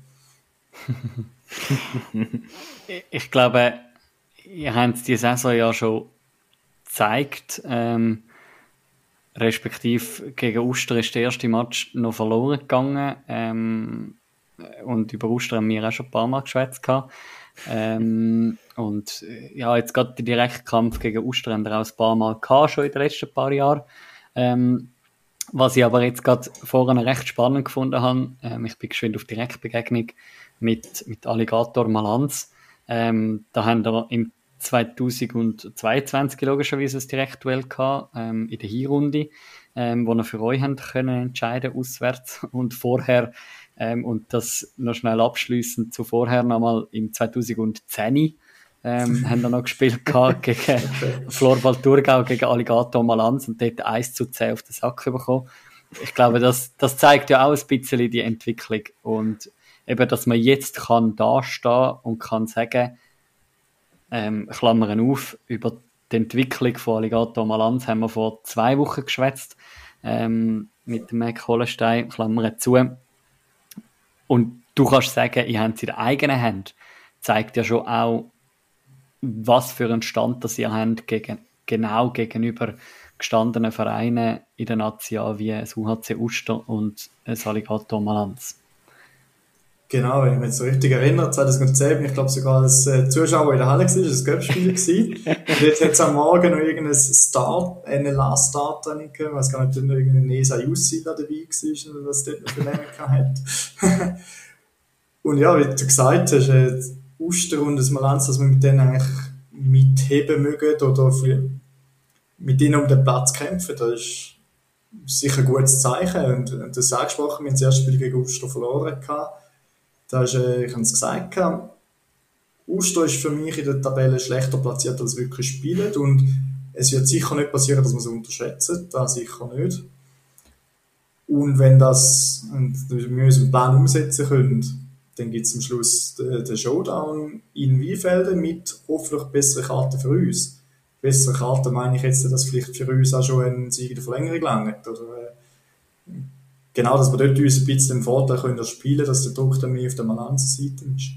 S2: Ich glaube, ihr habt die Saison ja schon gezeigt, ähm, respektive gegen Uster ist der erste Match noch verloren gegangen, ähm, und über Uster haben wir auch schon ein paar Mal geschwätzt gehabt. Ähm, und ja, jetzt gerade der Direktkampf gegen Uster haben wir auch ein paar Mal gehabt, schon in den letzten paar Jahren. Ähm, was ich aber jetzt gerade vorhin recht spannend gefunden habe, ähm, ich bin geschwind auf Direktbegegnung mit, mit Alligator Malanz. Ähm, da haben wir im zweitausendzweiundzwanzig logischerweise ein Direktduell gehabt, ähm, in der Hinrunde, ähm, wo wir für euch haben können entscheiden, auswärts und vorher, ähm, und das noch schnell abschliessend zu vorher nochmal im zweitausendzehn ähm, haben wir noch gespielt gehabt gegen Floorball Thurgau, gegen Alligator Malanz und dort eins zu zehn auf den Sack bekommen. Ich glaube, das, das zeigt ja auch ein bisschen die Entwicklung und eben, dass man jetzt kann dastehen und kann sagen, ähm, Klammern auf, über die Entwicklung von Alligator Malanz haben wir vor zwei Wochen geschwätzt, ähm, mit dem Mac Hollenstein, Klammern zu. Und du kannst sagen, ihr habt es in der eigenen Hand. Zeigt ja schon auch, was für einen Stand das ihr habt, gegen, genau gegenüber gestandenen Vereinen in der Nazi wie das U H C Uster und das Alligator Malanz.
S4: Genau, wenn ich mich jetzt so richtig erinnere, zwanzig zehn bin ich glaube sogar als äh, Zuschauer in der Halle gewesen, das war ein Göppspiel gewesen. Und jetzt hat es am Morgen noch irgendein Start, N L A-Start-Training gegeben, ich weiss gar nicht, ob da noch irgendein E S A-Jussi da dabei war, oder was dort noch für Namen hat. Und ja, wie du gesagt hast, äh, Uster und das Malanz, dass wir mit denen eigentlich mitheben mögen oder für, mit ihnen um den Platz kämpfen, das ist sicher ein gutes Zeichen. Und, und das angesprochen, wir haben das erste Spiel gegen Uster verloren gehabt. Da ist, äh, ich habe es gesagt, Uster ist für mich in der Tabelle schlechter platziert, als wirklich spielen. Und es wird sicher nicht passieren, dass man sie unterschätzen. Das sicher nicht. Und wenn das, und wir unseren Plan umsetzen können, dann gibt es am Schluss den, den Showdown in Weinfelden mit hoffentlich besseren Karten für uns. Bessere Karten meine ich jetzt, dass vielleicht für uns auch schon ein Sieg in der Verlängerung langt. Oder, äh, genau, dass wir dort uns ein bisschen den Vorteil können spielen, dass der Druck dann mehr auf der Malanz-Seite ist.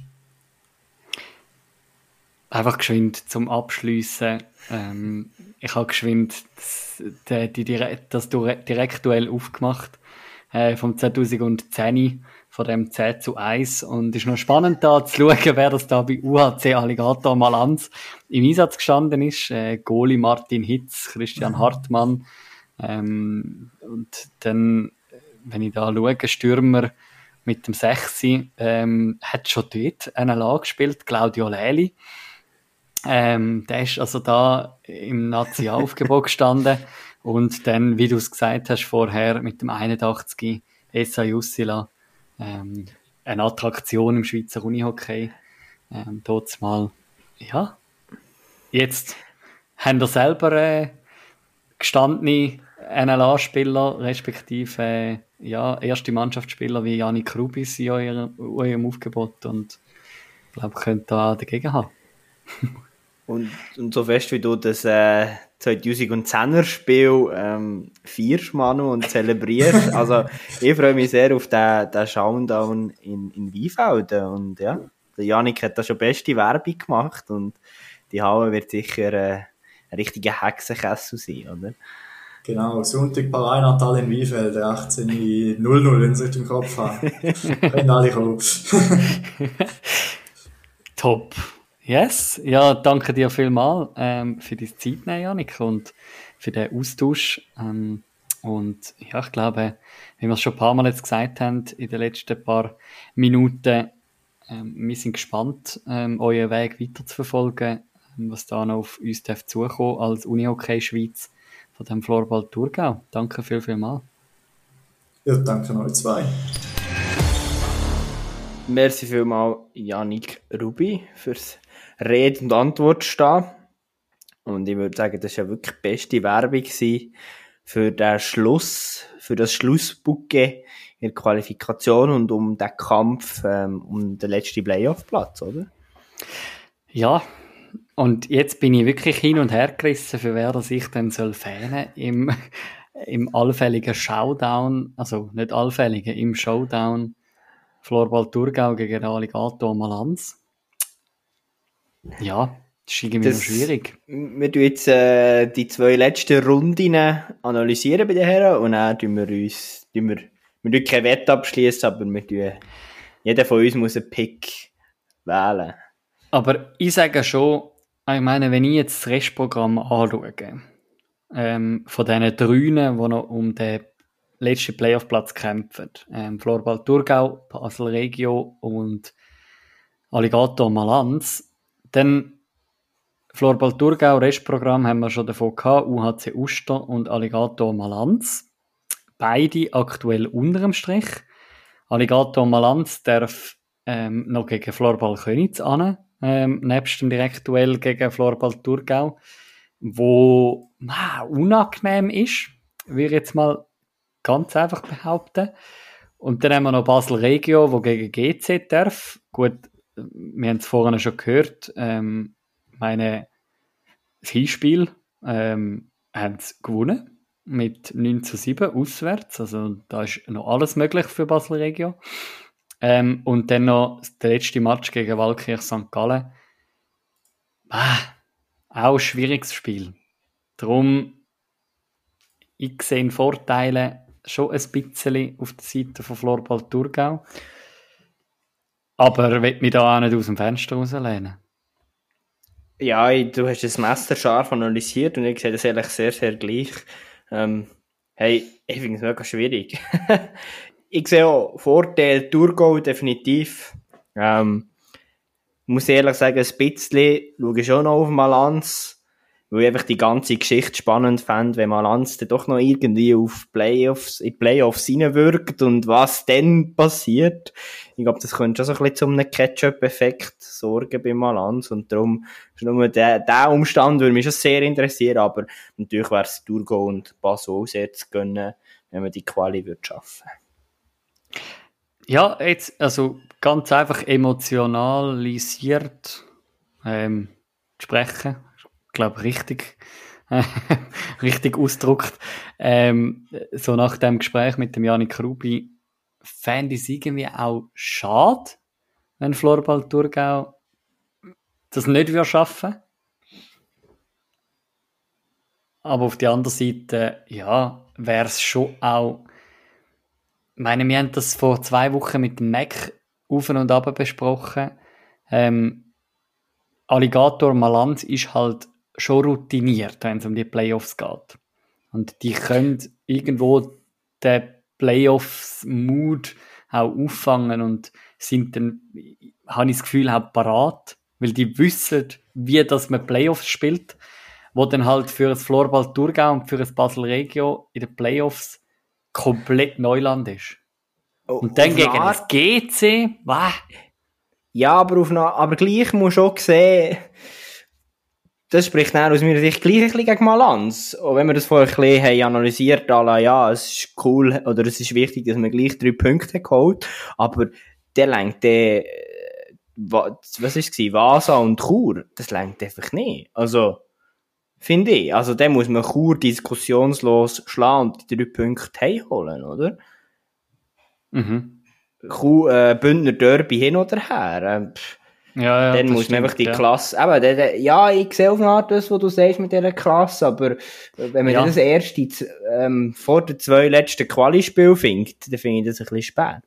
S2: Einfach geschwind zum Abschliessen. Ähm, ich habe geschwind das, die, die, das Direktduell aufgemacht äh, vom zwanzig zehn, von dem zehn zu eins. Und es ist noch spannend da zu schauen, wer das da bei U H C Alligator Malanz im Einsatz gestanden ist. Äh, Goalie Martin Hitz, Christian Hartmann. Ähm, und dann, wenn ich da schaue, Stürmer mit dem sechs, ähm, hat schon dort N L A gespielt, Claudio Leli. Ähm, der ist also da im Nazi-Aufgebot gestanden. Und dann, wie du es gesagt hast vorher, mit dem einundachtzig Esa Jussila, ähm, eine Attraktion im Schweizer Unihockey. Ähm, dort mal, ja. Jetzt haben wir selber äh, gestandene N L A-Spieler, respektive äh, ja, erste Mannschaftsspieler wie Yannick Rubis in eurem, eurem Aufgebot. Und ich glaube, ihr könnt da dagegen haben.
S3: Und, und so fest wie du das äh, zweitausendzehner-Spiel ähm, feierst, Manu, und zelebrierst. Also ich freue mich sehr auf den, den Showdown in, in Weinfelden. Und ja, der Yannick hat da schon beste Werbung gemacht und die Halle wird sicher äh, ein richtiger Hexenkessel sein, oder?
S4: Genau, Sonntag Pareinat in Weinfelden, achtzehn null null, wenn sie es im Kopf haben. Können alle kommen.
S2: Top. Yes, ja, danke dir vielmals ähm, für deine Zeit, Yannick, und für den Austausch. Ähm, und ja, ich glaube, wie wir es schon ein paar Mal jetzt gesagt haben, in den letzten paar Minuten, ähm, wir sind gespannt, ähm, euren Weg weiter zu verfolgen, ähm, was da noch auf uns darf zukommen als Unihockey Schweiz von dem Floorball Thurgau. Danke viel, viel mal.
S4: Ja, danke euch zwei.
S3: Merci vielmals, Yannick Rubi, fürs Rede und Antwort stehen. Und ich würde sagen, das war ja wirklich die beste Werbung für den Schluss, für das Schlussbouquet in der Qualifikation und um den Kampf ähm, um den letzten Playoff-Platz, oder?
S2: Ja, und jetzt bin ich wirklich hin und her gerissen, für wer das ich dann soll fähnen im, im allfälligen Showdown, also nicht allfälligen, im Showdown Floorball Thurgau gegen Alligator Malanz. Ja, das ist irgendwie das, noch schwierig.
S3: Wir tun jetzt äh, die zwei letzten Runden analysieren bei den Herren und dann tun wir uns, tun wir, wir tun keine Wette abschließen, aber wir tun, jeder von uns muss einen Pick wählen.
S2: Aber ich sage schon, ich meine, wenn ich jetzt das Restprogramm anschaue, ähm, von diesen Drünen, die noch um den letzten Playoff-Platz kämpfen, ähm, Floorball Thurgau, Basel Regio und Alligator Malanz, dann Floorball Thurgau, Restprogramm haben wir schon davon gehabt, U H C Uster und Alligator Malanz. Beide aktuell unter dem Strich. Alligator Malanz darf ähm, noch gegen Floorball Köniz an, ähm, nebst dem Direktduell gegen Floorball Thurgau, wo ah, unangenehm ist, würde ich jetzt mal ganz einfach behaupten. Und dann haben wir noch Basel Regio, wo gegen G C darf. Gut, wir haben es vorhin schon gehört, ähm, meine, das Hinspiel ähm, haben sie gewonnen mit neun zu sieben auswärts. Also da ist noch alles möglich für Basel Regio. Ähm, und dann noch der letzte Match gegen Waldkirch Sankt Gallen. Ah, auch ein schwieriges Spiel. Darum, ich sehe Vorteile schon ein bisschen auf der Seite von Floorball Thurgau. Aber ich will mich da auch nicht aus dem Fenster rauslehnen.
S3: Ja, du hast das messerscharf analysiert und ich sehe das ehrlich sehr, sehr gleich. Ähm, hey, ich finde es mega schwierig. Ich sehe auch Vorteil Thurgau definitiv. Ähm, muss ehrlich sagen, ein bisschen schaue ich schon noch auf Malanz, weil ich einfach die ganze Geschichte spannend fand, wenn Malanz dann doch noch irgendwie auf Playoffs, in Playoffs hineinwirkt und was dann passiert. Ich glaube, das könnte schon so ein bisschen zu einem Ketchup-Effekt sorgen bei Malanz und darum ist nur der, der Umstand würde mich schon sehr interessieren, aber natürlich wäre es Thurgau und Basel auch sehr zu gönnen, wenn man die Quali würde schaffen.
S2: Ja, jetzt, also ganz einfach emotionalisiert ähm, sprechen. Ich glaube, richtig, äh, richtig ausgedrückt. Ähm, so nach dem Gespräch mit dem Janik Rubi fände ich es irgendwie auch schade, wenn Floorball Thurgau das nicht würde schaffen. Aber auf der anderen Seite, ja, wäre es schon auch. Ich meine, wir haben das vor zwei Wochen mit dem Mac auf und ab besprochen. Ähm, Alligator Malanz ist halt schon routiniert, wenn es um die Playoffs geht. Und die können irgendwo den Playoffs-Mood auch auffangen und sind dann, habe ich das Gefühl, auch parat, weil die wissen, wie das man Playoffs spielt, wo dann halt für das Floorball Thurgau und für das Basel Regio in den Playoffs komplett Neuland ist.
S3: Oh,
S2: und dann gegen das G C, wow.
S3: Ja, aber, auf eine, aber gleich muss auch sehen, das spricht dann aus meiner Sicht gleich ein bisschen gegen Malanz. Und wenn wir das vorher ein bisschen haben analysiert haben, ja, es ist cool, oder es ist wichtig, dass man gleich drei Punkte geholt, aber der lenkt der, was war es, Vasa und Chur, das lenkt einfach nicht. Also, finde ich. Also, dann muss man Chur diskussionslos schlagen und die drei Punkte heimholen, oder?
S2: Mhm.
S3: Chur, äh, Bündner Derby hin oder her. Äh,
S2: Ja, ja,
S3: dann muss man einfach die ja. Klasse, aber der, der, ja, ich sehe auf eine Art das, was du sagst mit dieser Klasse, aber wenn man ja. das erste ähm, vor den zwei letzten Quali-Spielen findet, dann finde ich das ein bisschen spät.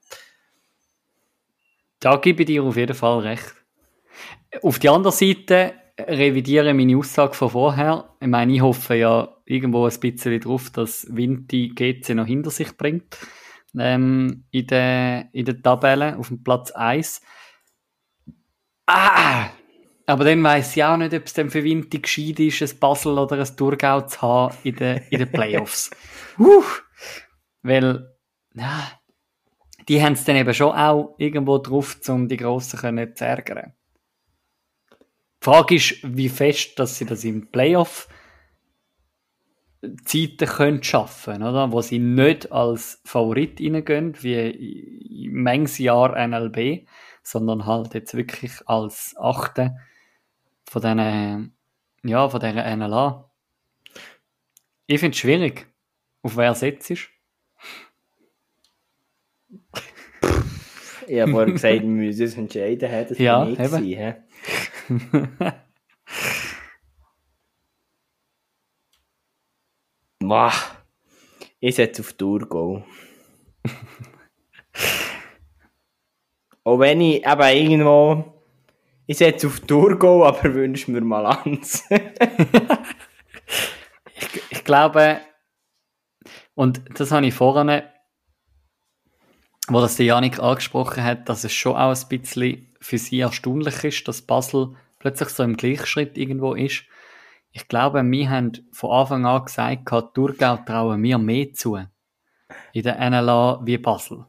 S2: Da gebe ich dir auf jeden Fall recht. Auf der anderen Seite revidiere ich meine Aussage von vorher. Ich meine, ich hoffe ja irgendwo ein bisschen drauf, dass Vinti G C noch hinter sich bringt ähm, in der, in der Tabelle auf dem Platz eins. Ah, aber dann weiss ich auch nicht, ob es dann für Vinti gescheit ist, ein Basel oder ein Thurgau zu haben in den, in den Playoffs. uh, weil, ja, die haben es dann eben schon auch irgendwo drauf, um die Grossen können zu ärgern. Die Frage ist, wie fest, dass sie das im Playoff Zeiten können schaffen, oder? Wo sie nicht als Favorit reingehen, wie im manches Jahr N L B, sondern halt jetzt wirklich als Achte von diesen, ja, von dieser N L A. Ich finde es schwierig. Auf wer setzt ist?
S3: Ich habe vorhin gesagt, wir müssen uns entscheiden, das
S2: ja,
S3: nicht sein. Boah, ich setze auf Thurgau. Auch wenn ich eben irgendwo, ich setze auf Thurgau, aber wünsche mir Malanz.
S2: ich, ich glaube, und das habe ich vorhin, wo das der Janik angesprochen hat, dass es schon auch ein bisschen für sie erstaunlich ist, dass Basel plötzlich so im Gleichschritt irgendwo ist. Ich glaube, wir haben von Anfang an gesagt, Thurgau trauen wir mehr zu in der N L A wie Basel.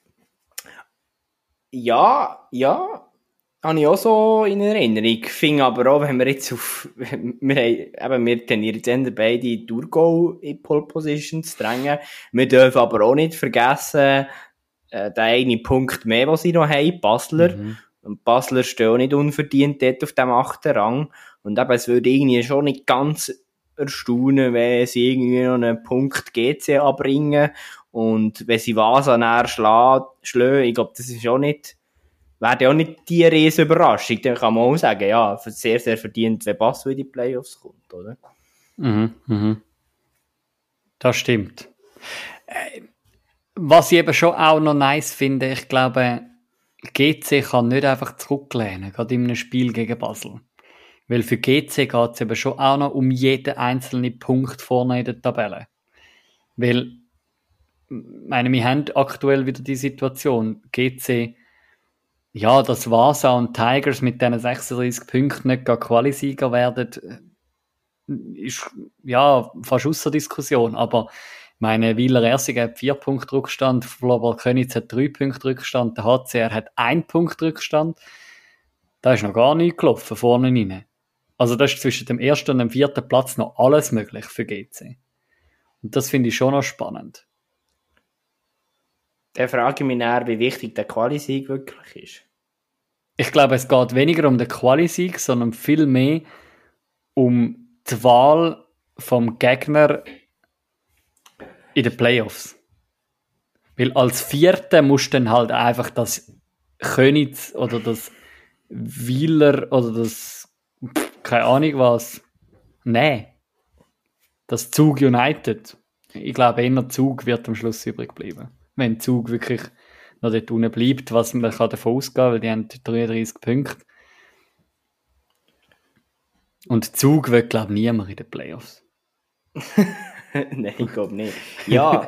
S3: Ja, ja, habe ich auch so in Erinnerung. Ich finde aber auch, wenn wir jetzt auf, wir haben, eben, wir trainieren jetzt eher beide Thurgau in Pole Position zu drängen. Wir dürfen aber auch nicht vergessen, äh, den einen Punkt mehr, den sie noch haben, Basler. Mhm. Und Basler stehen auch nicht unverdient dort auf dem achten Rang. Und eben, es würde irgendwie schon nicht ganz erstaunen, wenn sie irgendwie noch einen Punkt G C anbringen und wenn sie Vasa näher schlagen, ich glaube, das ist auch nicht, wäre ja auch nicht die riesen Überraschung, dann kann man auch sagen, ja, sehr, sehr verdient, wenn Basel in die Playoffs kommt, oder?
S2: Mhm, mhm. Das stimmt. Äh, was ich eben schon auch noch nice finde, ich glaube, G C kann nicht einfach zurücklehnen, gerade in einem Spiel gegen Basel. Weil für G C geht es eben schon auch noch um jeden einzelnen Punkt vorne in der Tabelle. Weil, meine, wir haben aktuell wieder die Situation, G C, ja, dass Vasa und Tigers mit diesen sechsunddreißig Punkten nicht gar Qualisieger werden, ist ja fast ausser Diskussion. Aber meine Wieler Ersing hat vier Punkte Rückstand, Floorball Königs hat drei Punkte Rückstand, der H C R hat ein Punkt Rückstand. Da ist noch gar nichts gelaufen, vorne rein. Also das ist zwischen dem ersten und dem vierten Platz noch alles möglich für G C. Und das finde ich schon noch spannend.
S3: Dann frage ich mich näher, wie wichtig der Quali-Sieg wirklich ist.
S2: Ich glaube, es geht weniger um den Quali-Sieg, sondern viel mehr um die Wahl vom Gegner in den Playoffs. Weil als Vierter musst du dann halt einfach das Königs oder das Wieler oder das keine Ahnung was nehmen. Das Zug United. Ich glaube, eher Zug wird am Schluss übrig bleiben. Wenn Zug wirklich noch dort unten bleibt, was man kann davon ausgehen, weil die haben dreiunddreißig Punkte. Und Zug wird, glaube ich, niemand in den Playoffs.
S3: Nein, ich glaube nicht. Ja.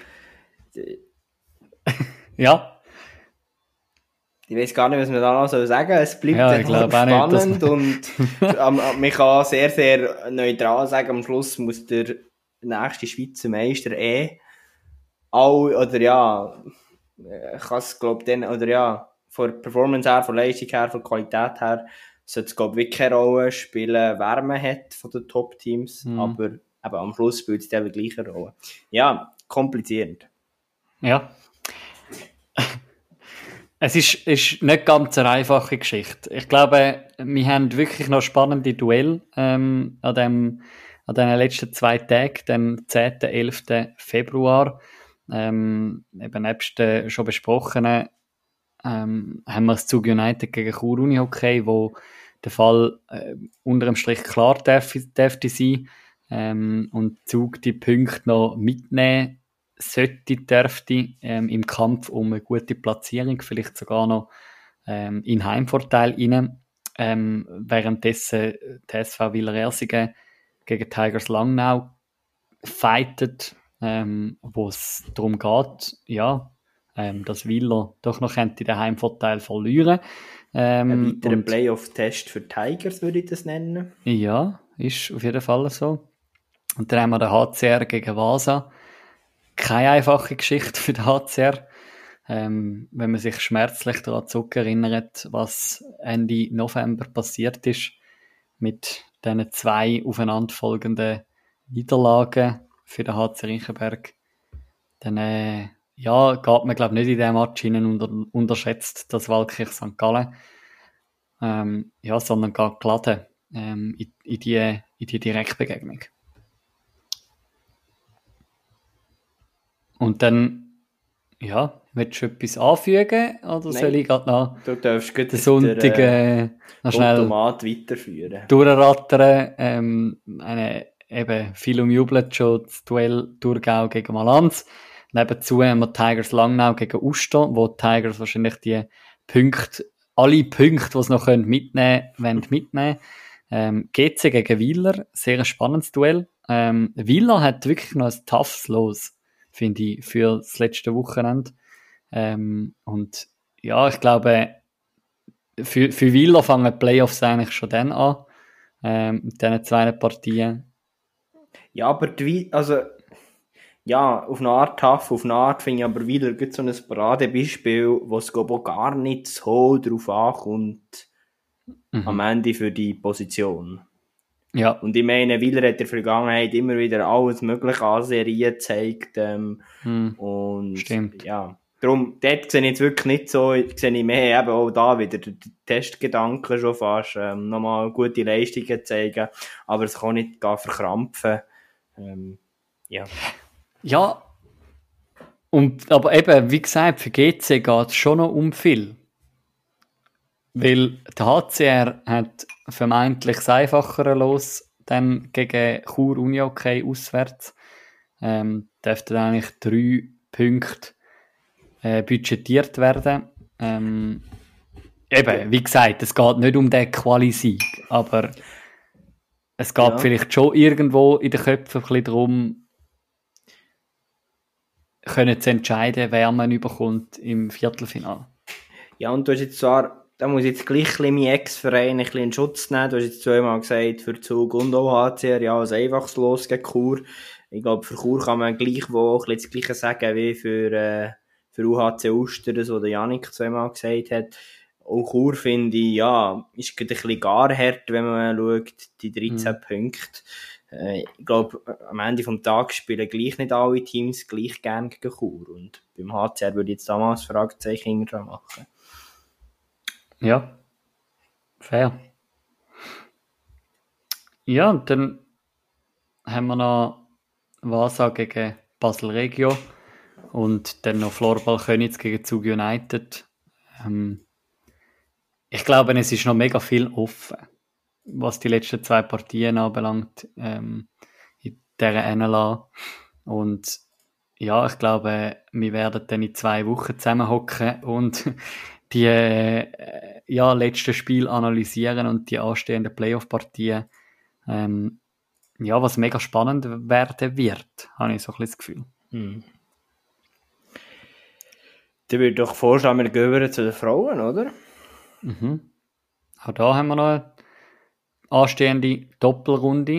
S2: Ja.
S3: Ich weiß gar nicht, was man da noch sagen soll. Es bleibt
S2: ja, ich
S3: spannend
S2: nicht,
S3: und ähm, man kann sehr, sehr neutral sagen, am Schluss muss der nächste Schweizer Meister eh all, oder ja, ich kann es glaube dann, oder ja, von Performance her, von Leistung her, von Qualität her, sollte es glaube ich wirklich keine Rolle spielen, wer man hat von den Top-Teams, mhm. aber eben, am Schluss spielt es die gleiche Rolle. Ja, kompliziert.
S2: Ja. Es ist, ist nicht ganz eine einfache Geschichte. Ich glaube, wir haben wirklich noch spannende Duelle ähm, an, dem, an den letzten zwei Tagen, dem zehnten und elften Februar. Ähm, eben nebst den schon besprochenen ähm, haben wir das Zug United gegen Chur Unihockey, wo der Fall äh, unter dem Strich klar darf, dürfte sein ähm, und Zug die Punkte noch mitnehmen sollte, dürfte, ähm, im Kampf um eine gute Platzierung, vielleicht sogar noch ähm, in Heimvorteil rein. Ähm, währenddessen die S V Wieler Ersingen gegen Tigers Langnau fightet, ähm, wo es darum geht, ja, ähm, dass Wieler doch noch den Heimvorteil verlieren. Ähm,
S3: Ein weiterer Playoff-Test für Tigers, würde ich das nennen.
S2: Ja, ist auf jeden Fall so. Und dann haben wir den H C R gegen Vasa. Keine einfache Geschichte für den H C R. Ähm, wenn man sich schmerzlich daran zurückerinnert, was Ende November passiert ist, mit diesen zwei aufeinanderfolgenden Niederlagen für den H C Riechenberg, dann äh, ja, geht man glaube ich nicht in diesem Match hinein und unter, unterschätzt das Waldkirch Sankt Gallen, ähm, ja, sondern geht geladen ähm, in, in, die, in die Direktbegegnung. Und dann, ja, willst du etwas anfügen? Oder
S3: Nein,
S2: soll ich gerade noch
S3: du darfst
S2: den Sonntag äh, noch schnell
S3: Automat weiterführen.
S2: durchrattern? Ähm, eine, eben, viel umjubelt schon das Duell Thurgau gegen Malanz. Nebenzu haben wir Tigers Langnau gegen Uster, wo die Tigers wahrscheinlich die Punkte, alle Punkte, die sie noch mitnehmen können, wollen mitnehmen. Ähm, G C gegen Wieler, sehr ein spannendes Duell. Ähm, Wieler hat wirklich noch ein toughes Los, finde ich, für das letzte Wochenende. Ähm, und ja, ich glaube, für, für Wieler fangen die Playoffs eigentlich schon dann an, ähm, mit diesen zwei Partien.
S3: Ja, aber die, also, ja, auf eine Art tough, auf eine Art finde ich aber wieder so ein Paradebeispiel, wo es glaube ich, auch gar nicht so drauf ankommt, mhm. am Ende für die Position.
S2: Ja.
S3: Und ich meine, Wieler hat in der Vergangenheit immer wieder alles Mögliche an Serien gezeigt. Ähm,
S2: hm.
S3: und
S2: Stimmt.
S3: ja, darum, dort sehe ich jetzt wirklich nicht so, sehe ich mehr eben auch da wieder den Testgedanken schon fast, ähm, nochmal gute Leistungen zeigen, aber es kann nicht gar verkrampfen. Ähm, ja.
S2: Ja, und, aber eben, wie gesagt, für G C geht es schon noch um viel. Weil der H C R hat vermeintlich das einfachere Los dann gegen Chur Unihockey auswärts. Ähm, dürften eigentlich drei Punkte äh, budgetiert werden. Ähm, eben, wie gesagt, es geht nicht um den Quali-Sieg, aber es geht
S3: Ja.
S2: vielleicht schon irgendwo in den Köpfen ein bisschen darum, können zu entscheiden, wer man überkommt im Viertelfinale.
S3: Ja, und du hast jetzt zwar, da muss ich jetzt gleich ein bisschen meinen Ex-Verein ein bisschen in Schutz nehmen. Du hast jetzt zweimal gesagt, für Zug und auch H C R, ja, ein einfaches Los gegen Chur. Ich glaube, für Chur kann man gleich wo ein bisschen das Gleiche sagen wie für, äh, für U H C Uster, das, was der Janik zweimal gesagt hat. Auch Chur finde ich, ja, ist gerade ein bisschen gar hart, wenn man schaut, die dreizehn mhm. Punkte. Äh, ich glaube, am Ende des Tages spielen gleich nicht alle Teams gleich gern gegen Chur. Und beim H C R würde ich jetzt damals Fragezeichen hinterher machen.
S2: Ja, fair. Ja, und dann haben wir noch Vasa gegen Basel Regio und dann noch Floorball Königs gegen Zug United. Ähm, ich glaube, es ist noch mega viel offen, was die letzten zwei Partien anbelangt ähm, in dieser N L A. Und ja, ich glaube, wir werden dann in zwei Wochen zusammenhocken und die äh, ja, letzten Spiel analysieren und die anstehenden Playoff-Partien. Ähm, ja, was mega spannend werden wird, habe ich so ein bisschen das Gefühl.
S3: Hm. Dann würde ich doch vorschlagen, wir gehen über zu den Frauen, oder?
S2: Mhm. Auch da haben wir noch eine anstehende Doppelrunde.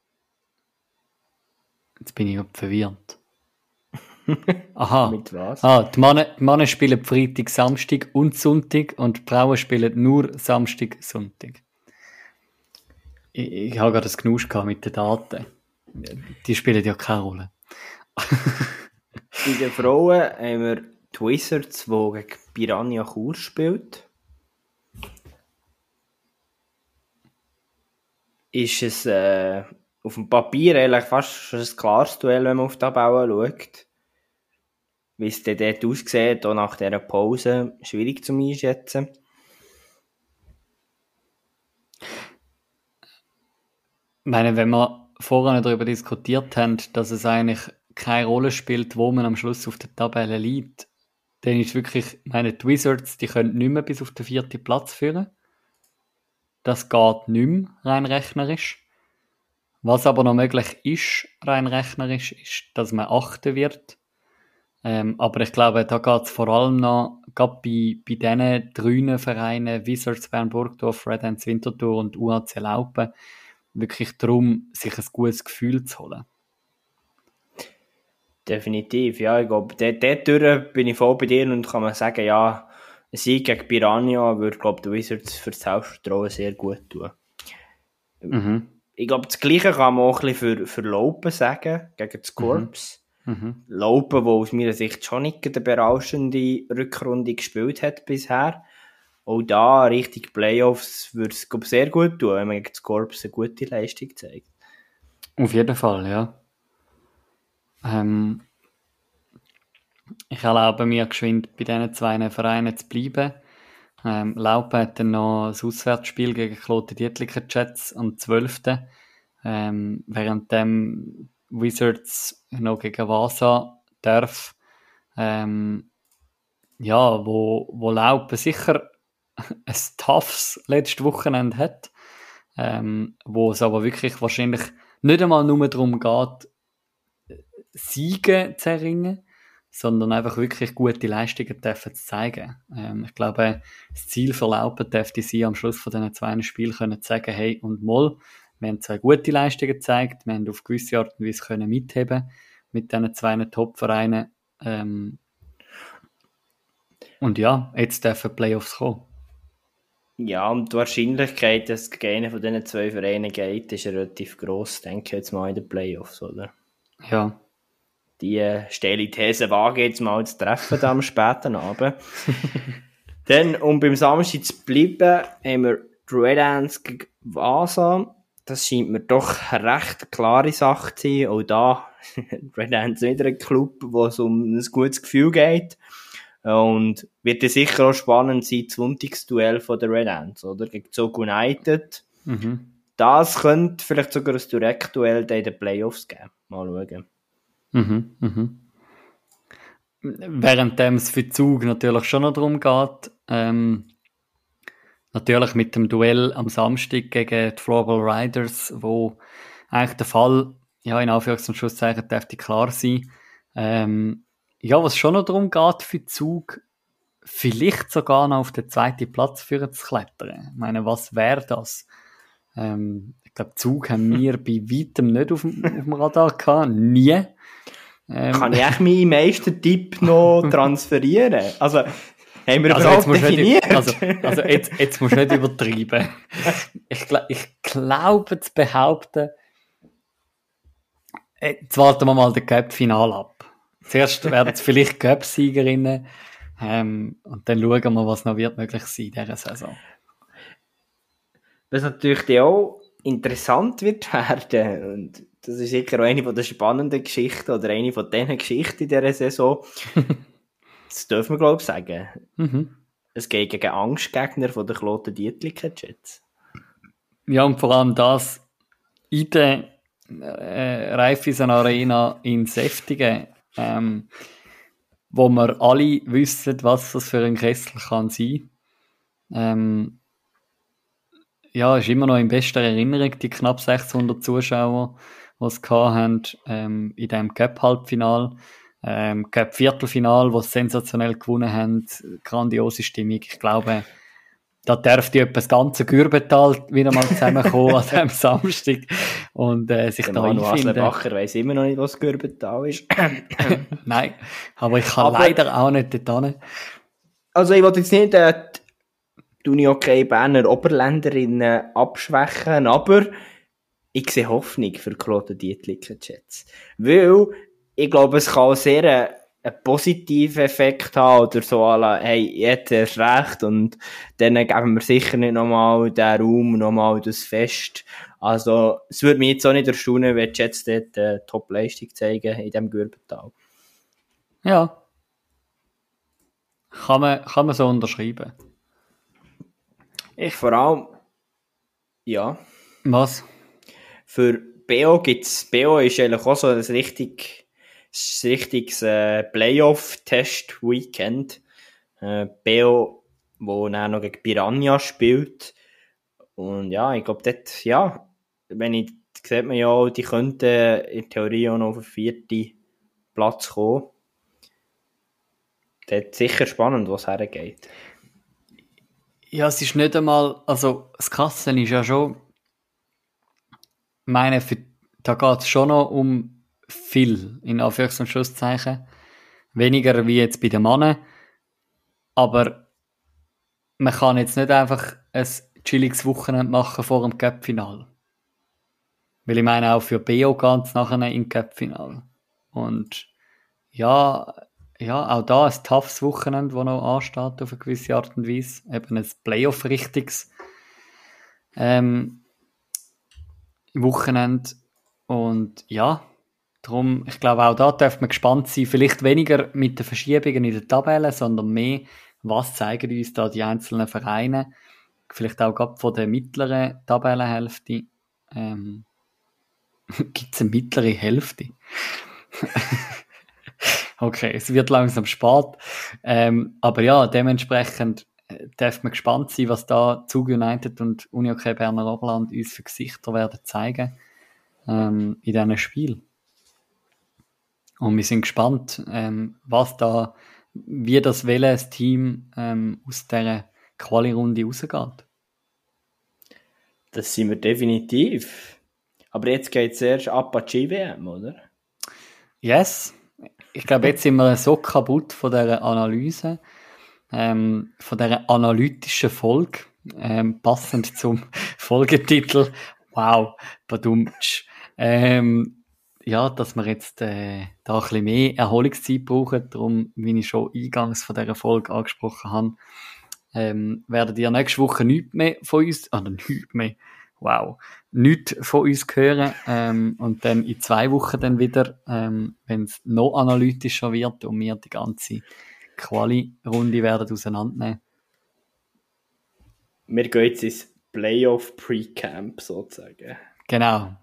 S2: Jetzt bin ich gerade verwirrt. Aha.
S3: Mit was?
S2: Ah, die Männer, die Männer spielen Freitag, Samstag und Sonntag und die Frauen spielen nur Samstag, Sonntag. Ich, ich habe gerade das Knusch mit den Daten. Die spielen ja keine Rolle.
S3: Bei den Frauen haben wir die Wizards, die gegen Piranha Chur spielt. Ist es äh, auf dem Papier eigentlich fast ein klares Duell, wenn man auf die Tabelle schaut. Wie es dann dort aussieht, auch nach dieser Pause, schwierig zu einschätzen.
S2: Ich meine, wenn wir vorhin darüber diskutiert haben, dass es eigentlich keine Rolle spielt, wo man am Schluss auf der Tabelle liegt, dann ist wirklich, ich meine, die Wizards, die können nicht mehr bis auf den vierten Platz führen. Das geht nicht mehr, rein rechnerisch. Was aber noch möglich ist, rein rechnerisch, ist, dass man achten wird. Ähm, aber ich glaube, da geht es vor allem noch, gerade bei, bei diesen drei Vereinen, Wizards, Bern, Burgdorf, Red Ants Winterthur und U H C Laupen, wirklich darum, sich ein gutes Gefühl zu holen.
S3: Definitiv, ja. Ich glaube, dort, dort durch bin ich voll bei dir und kann man sagen, ja, ein Sieg gegen Piranha würde, glaube ich, den Wizards für das Selbstvertrauen sehr gut tun.
S2: Mhm.
S3: Ich glaube, das Gleiche kann man auch ein bisschen für, für Laupen sagen, gegen das Korps.
S2: Mhm.
S3: Laupen, wo aus meiner Sicht schon nicht eine berauschende Rückrunde gespielt hat bisher. Auch da, Richtung Playoffs, würde es, glaube ich, sehr gut tun, wenn man gegen das Korps eine gute Leistung zeigt.
S2: Auf jeden Fall, ja. Ähm, ich erlaube mir geschwind bei diesen zwei Vereinen zu bleiben. Ähm, Laupen hat dann noch ein Auswärtsspiel gegen Kloten Dietliker Jets am zwölften Ähm, während dem Wizards noch gegen Vasa darf. Ähm, ja, wo, wo Laupen sicher ein toughes letztes Wochenende hat, ähm, wo es aber wirklich wahrscheinlich nicht einmal nur darum geht, Siege zu erringen, sondern einfach wirklich gute Leistungen dürfen zu zeigen. Ähm, ich glaube, das Ziel für Laupen dürfte sein, am Schluss von diesen zwei Spielen können zu sagen, hey und moll, wir haben zwei gute Leistungen gezeigt, wir haben auf gewisse Art und Weise können mitheben mit diesen zwei Top-Vereinen. Ähm, und ja, jetzt dürfen Playoffs kommen.
S3: Ja, und die Wahrscheinlichkeit, dass es gegen einen von diesen zwei Vereinen geht, ist relativ gross, denke ich jetzt mal in den Playoffs, oder?
S2: Ja.
S3: die steile These wage, jetzt mal zu treffen da am späten Abend. Dann, um beim Samstag zu bleiben, haben wir die Red Ants gegen Vasa. Das scheint mir doch eine recht klare Sache zu sein. Auch da, Red Ants wieder ein Club, wo es um ein gutes Gefühl geht. Und wird es sicher auch spannend sein, das Sonntagsduell von der Red Ants, oder? Gegen Zug United.
S2: Mhm.
S3: Das könnte vielleicht sogar ein Direktduell in den Playoffs geben. Mal schauen.
S2: Mhm, mhm. Währenddem es für Zug natürlich schon noch darum geht, ähm, natürlich mit dem Duell am Samstag gegen die Floorball Riders, wo eigentlich der Fall, ja, in Anführungs- und Schlusszeichen dürfte klar sein. Ähm, ja, was schon noch darum geht für Zug, vielleicht sogar noch auf den zweiten Platz führen zu klettern. Ich meine, was wäre das? Ähm, ich glaube, Zug haben wir bei weitem nicht auf dem, auf dem Radar gehabt. Nie. Ähm,
S3: Kann ich echt meinen Meistertipp noch transferieren? Also, haben wir
S2: also
S3: überhaupt
S2: jetzt
S3: definiert?
S2: Nicht, also, also jetzt, jetzt musst du nicht übertreiben. Ich, ich glaube zu behaupten, jetzt warten wir mal den Cup-Final ab. Zuerst werden es vielleicht Cup-Siegerinnen ähm, und dann schauen wir, was noch wird möglich sein in dieser Saison.
S3: Was natürlich auch interessant wird werden, und das ist sicher auch eine der spannenden Geschichten oder eine von diesen Geschichten in dieser Saison, das dürfen wir glaube ich sagen.
S2: Mhm.
S3: Es geht gegen Angstgegner von der Kloten Dietliken Jets.
S2: Ja, und vor allem das in der äh, Raiffeisen Arena in Seftigen, ähm, wo wir alle wissen, was das für ein Kessel kann sein. Ähm, ja, ist immer noch in bester Erinnerung, die knapp sechshundert Zuschauer, die es hatten, ähm, in diesem Cup-Halbfinal, ähm, Cup-Viertelfinal, wo sie sensationell gewonnen haben, grandiose Stimmung. Ich glaube, da dürfte etwa das ganze Gürbetal wieder mal zusammenkommen an diesem Samstag und äh, sich
S3: Der
S2: da
S3: Manu
S2: einfinden.
S3: Haslebacher weiss immer noch nicht, was Gürbetal ist.
S2: Nein, aber ich kann
S3: Aber-
S2: leider auch nicht dort hin.
S3: Also ich wollte jetzt nicht äh, die Uni-Hockey Berner Oberländerinnen abschwächen, aber ich sehe Hoffnung für die Kloten Dietliken Jets. Weil ich glaube, es kann auch sehr einen, einen positiven Effekt haben oder so, à la, hey, jetzt erst recht und dann geben wir sicher nicht nochmal den Raum, nochmal das Fest. Also es würde mich jetzt auch nicht erstaunen, wenn die Jets dort eine Top-Leistung zeigen in diesem Gürbetal.
S2: Ja. Kann man, kann man so unterschreiben.
S3: Ich vor allem, ja,
S2: Was?
S3: für B O gibt's, B O ist eigentlich auch so ein richtig, ein richtiges äh, Playoff-Test-Weekend. Äh, B O, wo dann noch gegen Piranha spielt. Und ja, ich glaube dort, ja, wenn ich, sieht man ja, die könnten in Theorie auch noch auf den vierten Platz kommen. Dort sicher spannend, was hergeht.
S2: Ja, es ist nicht einmal, also das Krasse ist ja schon, ich meine, für, da geht es schon noch um viel, in Anführungs- und Schlusszeichen. Weniger wie jetzt bei den Männern. Aber man kann jetzt nicht einfach ein chilliges Wochenende machen vor dem Cup-Final. Weil ich meine, auch für B O geht es nachher in Cup-Final. Und ja, ja, auch da ein toughes Wochenende, das noch ansteht auf eine gewisse Art und Weise. Eben ein Playoff-richtiges ähm, Wochenende. Und ja, darum, ich glaube, auch da darf man gespannt sein. Vielleicht weniger mit den Verschiebungen in der Tabelle, sondern mehr, was zeigen uns da die einzelnen Vereine. Vielleicht auch gerade von der mittleren Tabellenhälfte. Ähm, Gibt es eine mittlere Hälfte? Okay, es wird langsam spät. Ähm, aber ja, dementsprechend äh, darf man gespannt sein, was da Zug United und Uni-Hockey Berner Oberland uns für Gesichter werden zeigen ähm, in diesem Spiel. Und wir sind gespannt, ähm, was da, wie das welches Team ähm, aus dieser Quali-Runde rausgeht.
S3: Das sind wir definitiv. Aber jetzt geht es erst ab an die G W M, oder?
S2: Yes. Ich glaube, jetzt sind wir so kaputt von dieser Analyse, ähm, von dieser analytischen Folge, ähm, passend zum Folgetitel. Wow, badumtsch. Ähm, ja, dass wir jetzt äh, da ein bisschen mehr Erholungszeit brauchen. Darum, wie ich schon eingangs von dieser Folge angesprochen habe, ähm, werdet ihr nächste Woche nichts mehr von uns, oder nichts mehr, wow, nichts von uns hören. Ähm, und dann in zwei Wochen dann wieder, ähm, wenn es noch analytischer wird und wir die ganze Quali-Runde werden auseinandernehmen.
S3: Wir gehen jetzt ins Playoff-Pre-Camp sozusagen.
S2: Genau.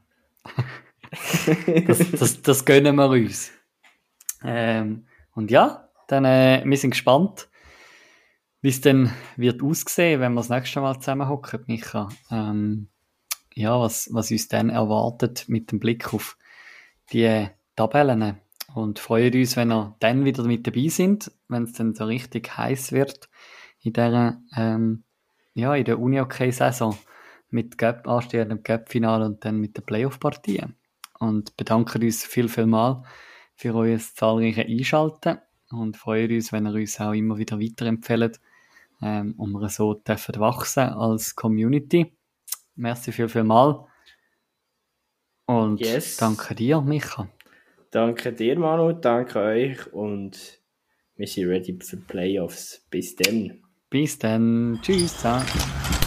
S2: das, das, das gönnen wir uns. Ähm, und ja, dann, äh, wir sind gespannt, wie es dann wird aussehen, wenn wir das nächste Mal zusammenhocken, Micha. Ähm, ja, was, was uns dann erwartet mit dem Blick auf die Tabellen. Und freuen uns, wenn ihr dann wieder mit dabei sind, wenn es dann so richtig heiß wird in der, ähm, ja, in der Uni-Hockey-Saison mit Cup, anstehendem Cup-Finale und dann mit den Playoff-Partien. Und bedanken uns viel, viel mal für euer zahlreiche Einschalten und freuen uns, wenn ihr uns auch immer wieder weiterempfehlt, ähm, und wir so dürfen wachsen als Community. Merci viel, viel mal. Und
S3: Yes.
S2: danke dir, Micha.
S3: Danke dir, Manu, danke euch und wir sind ready für Playoffs. Bis dann.
S2: Bis dann. Tschüss zusammen.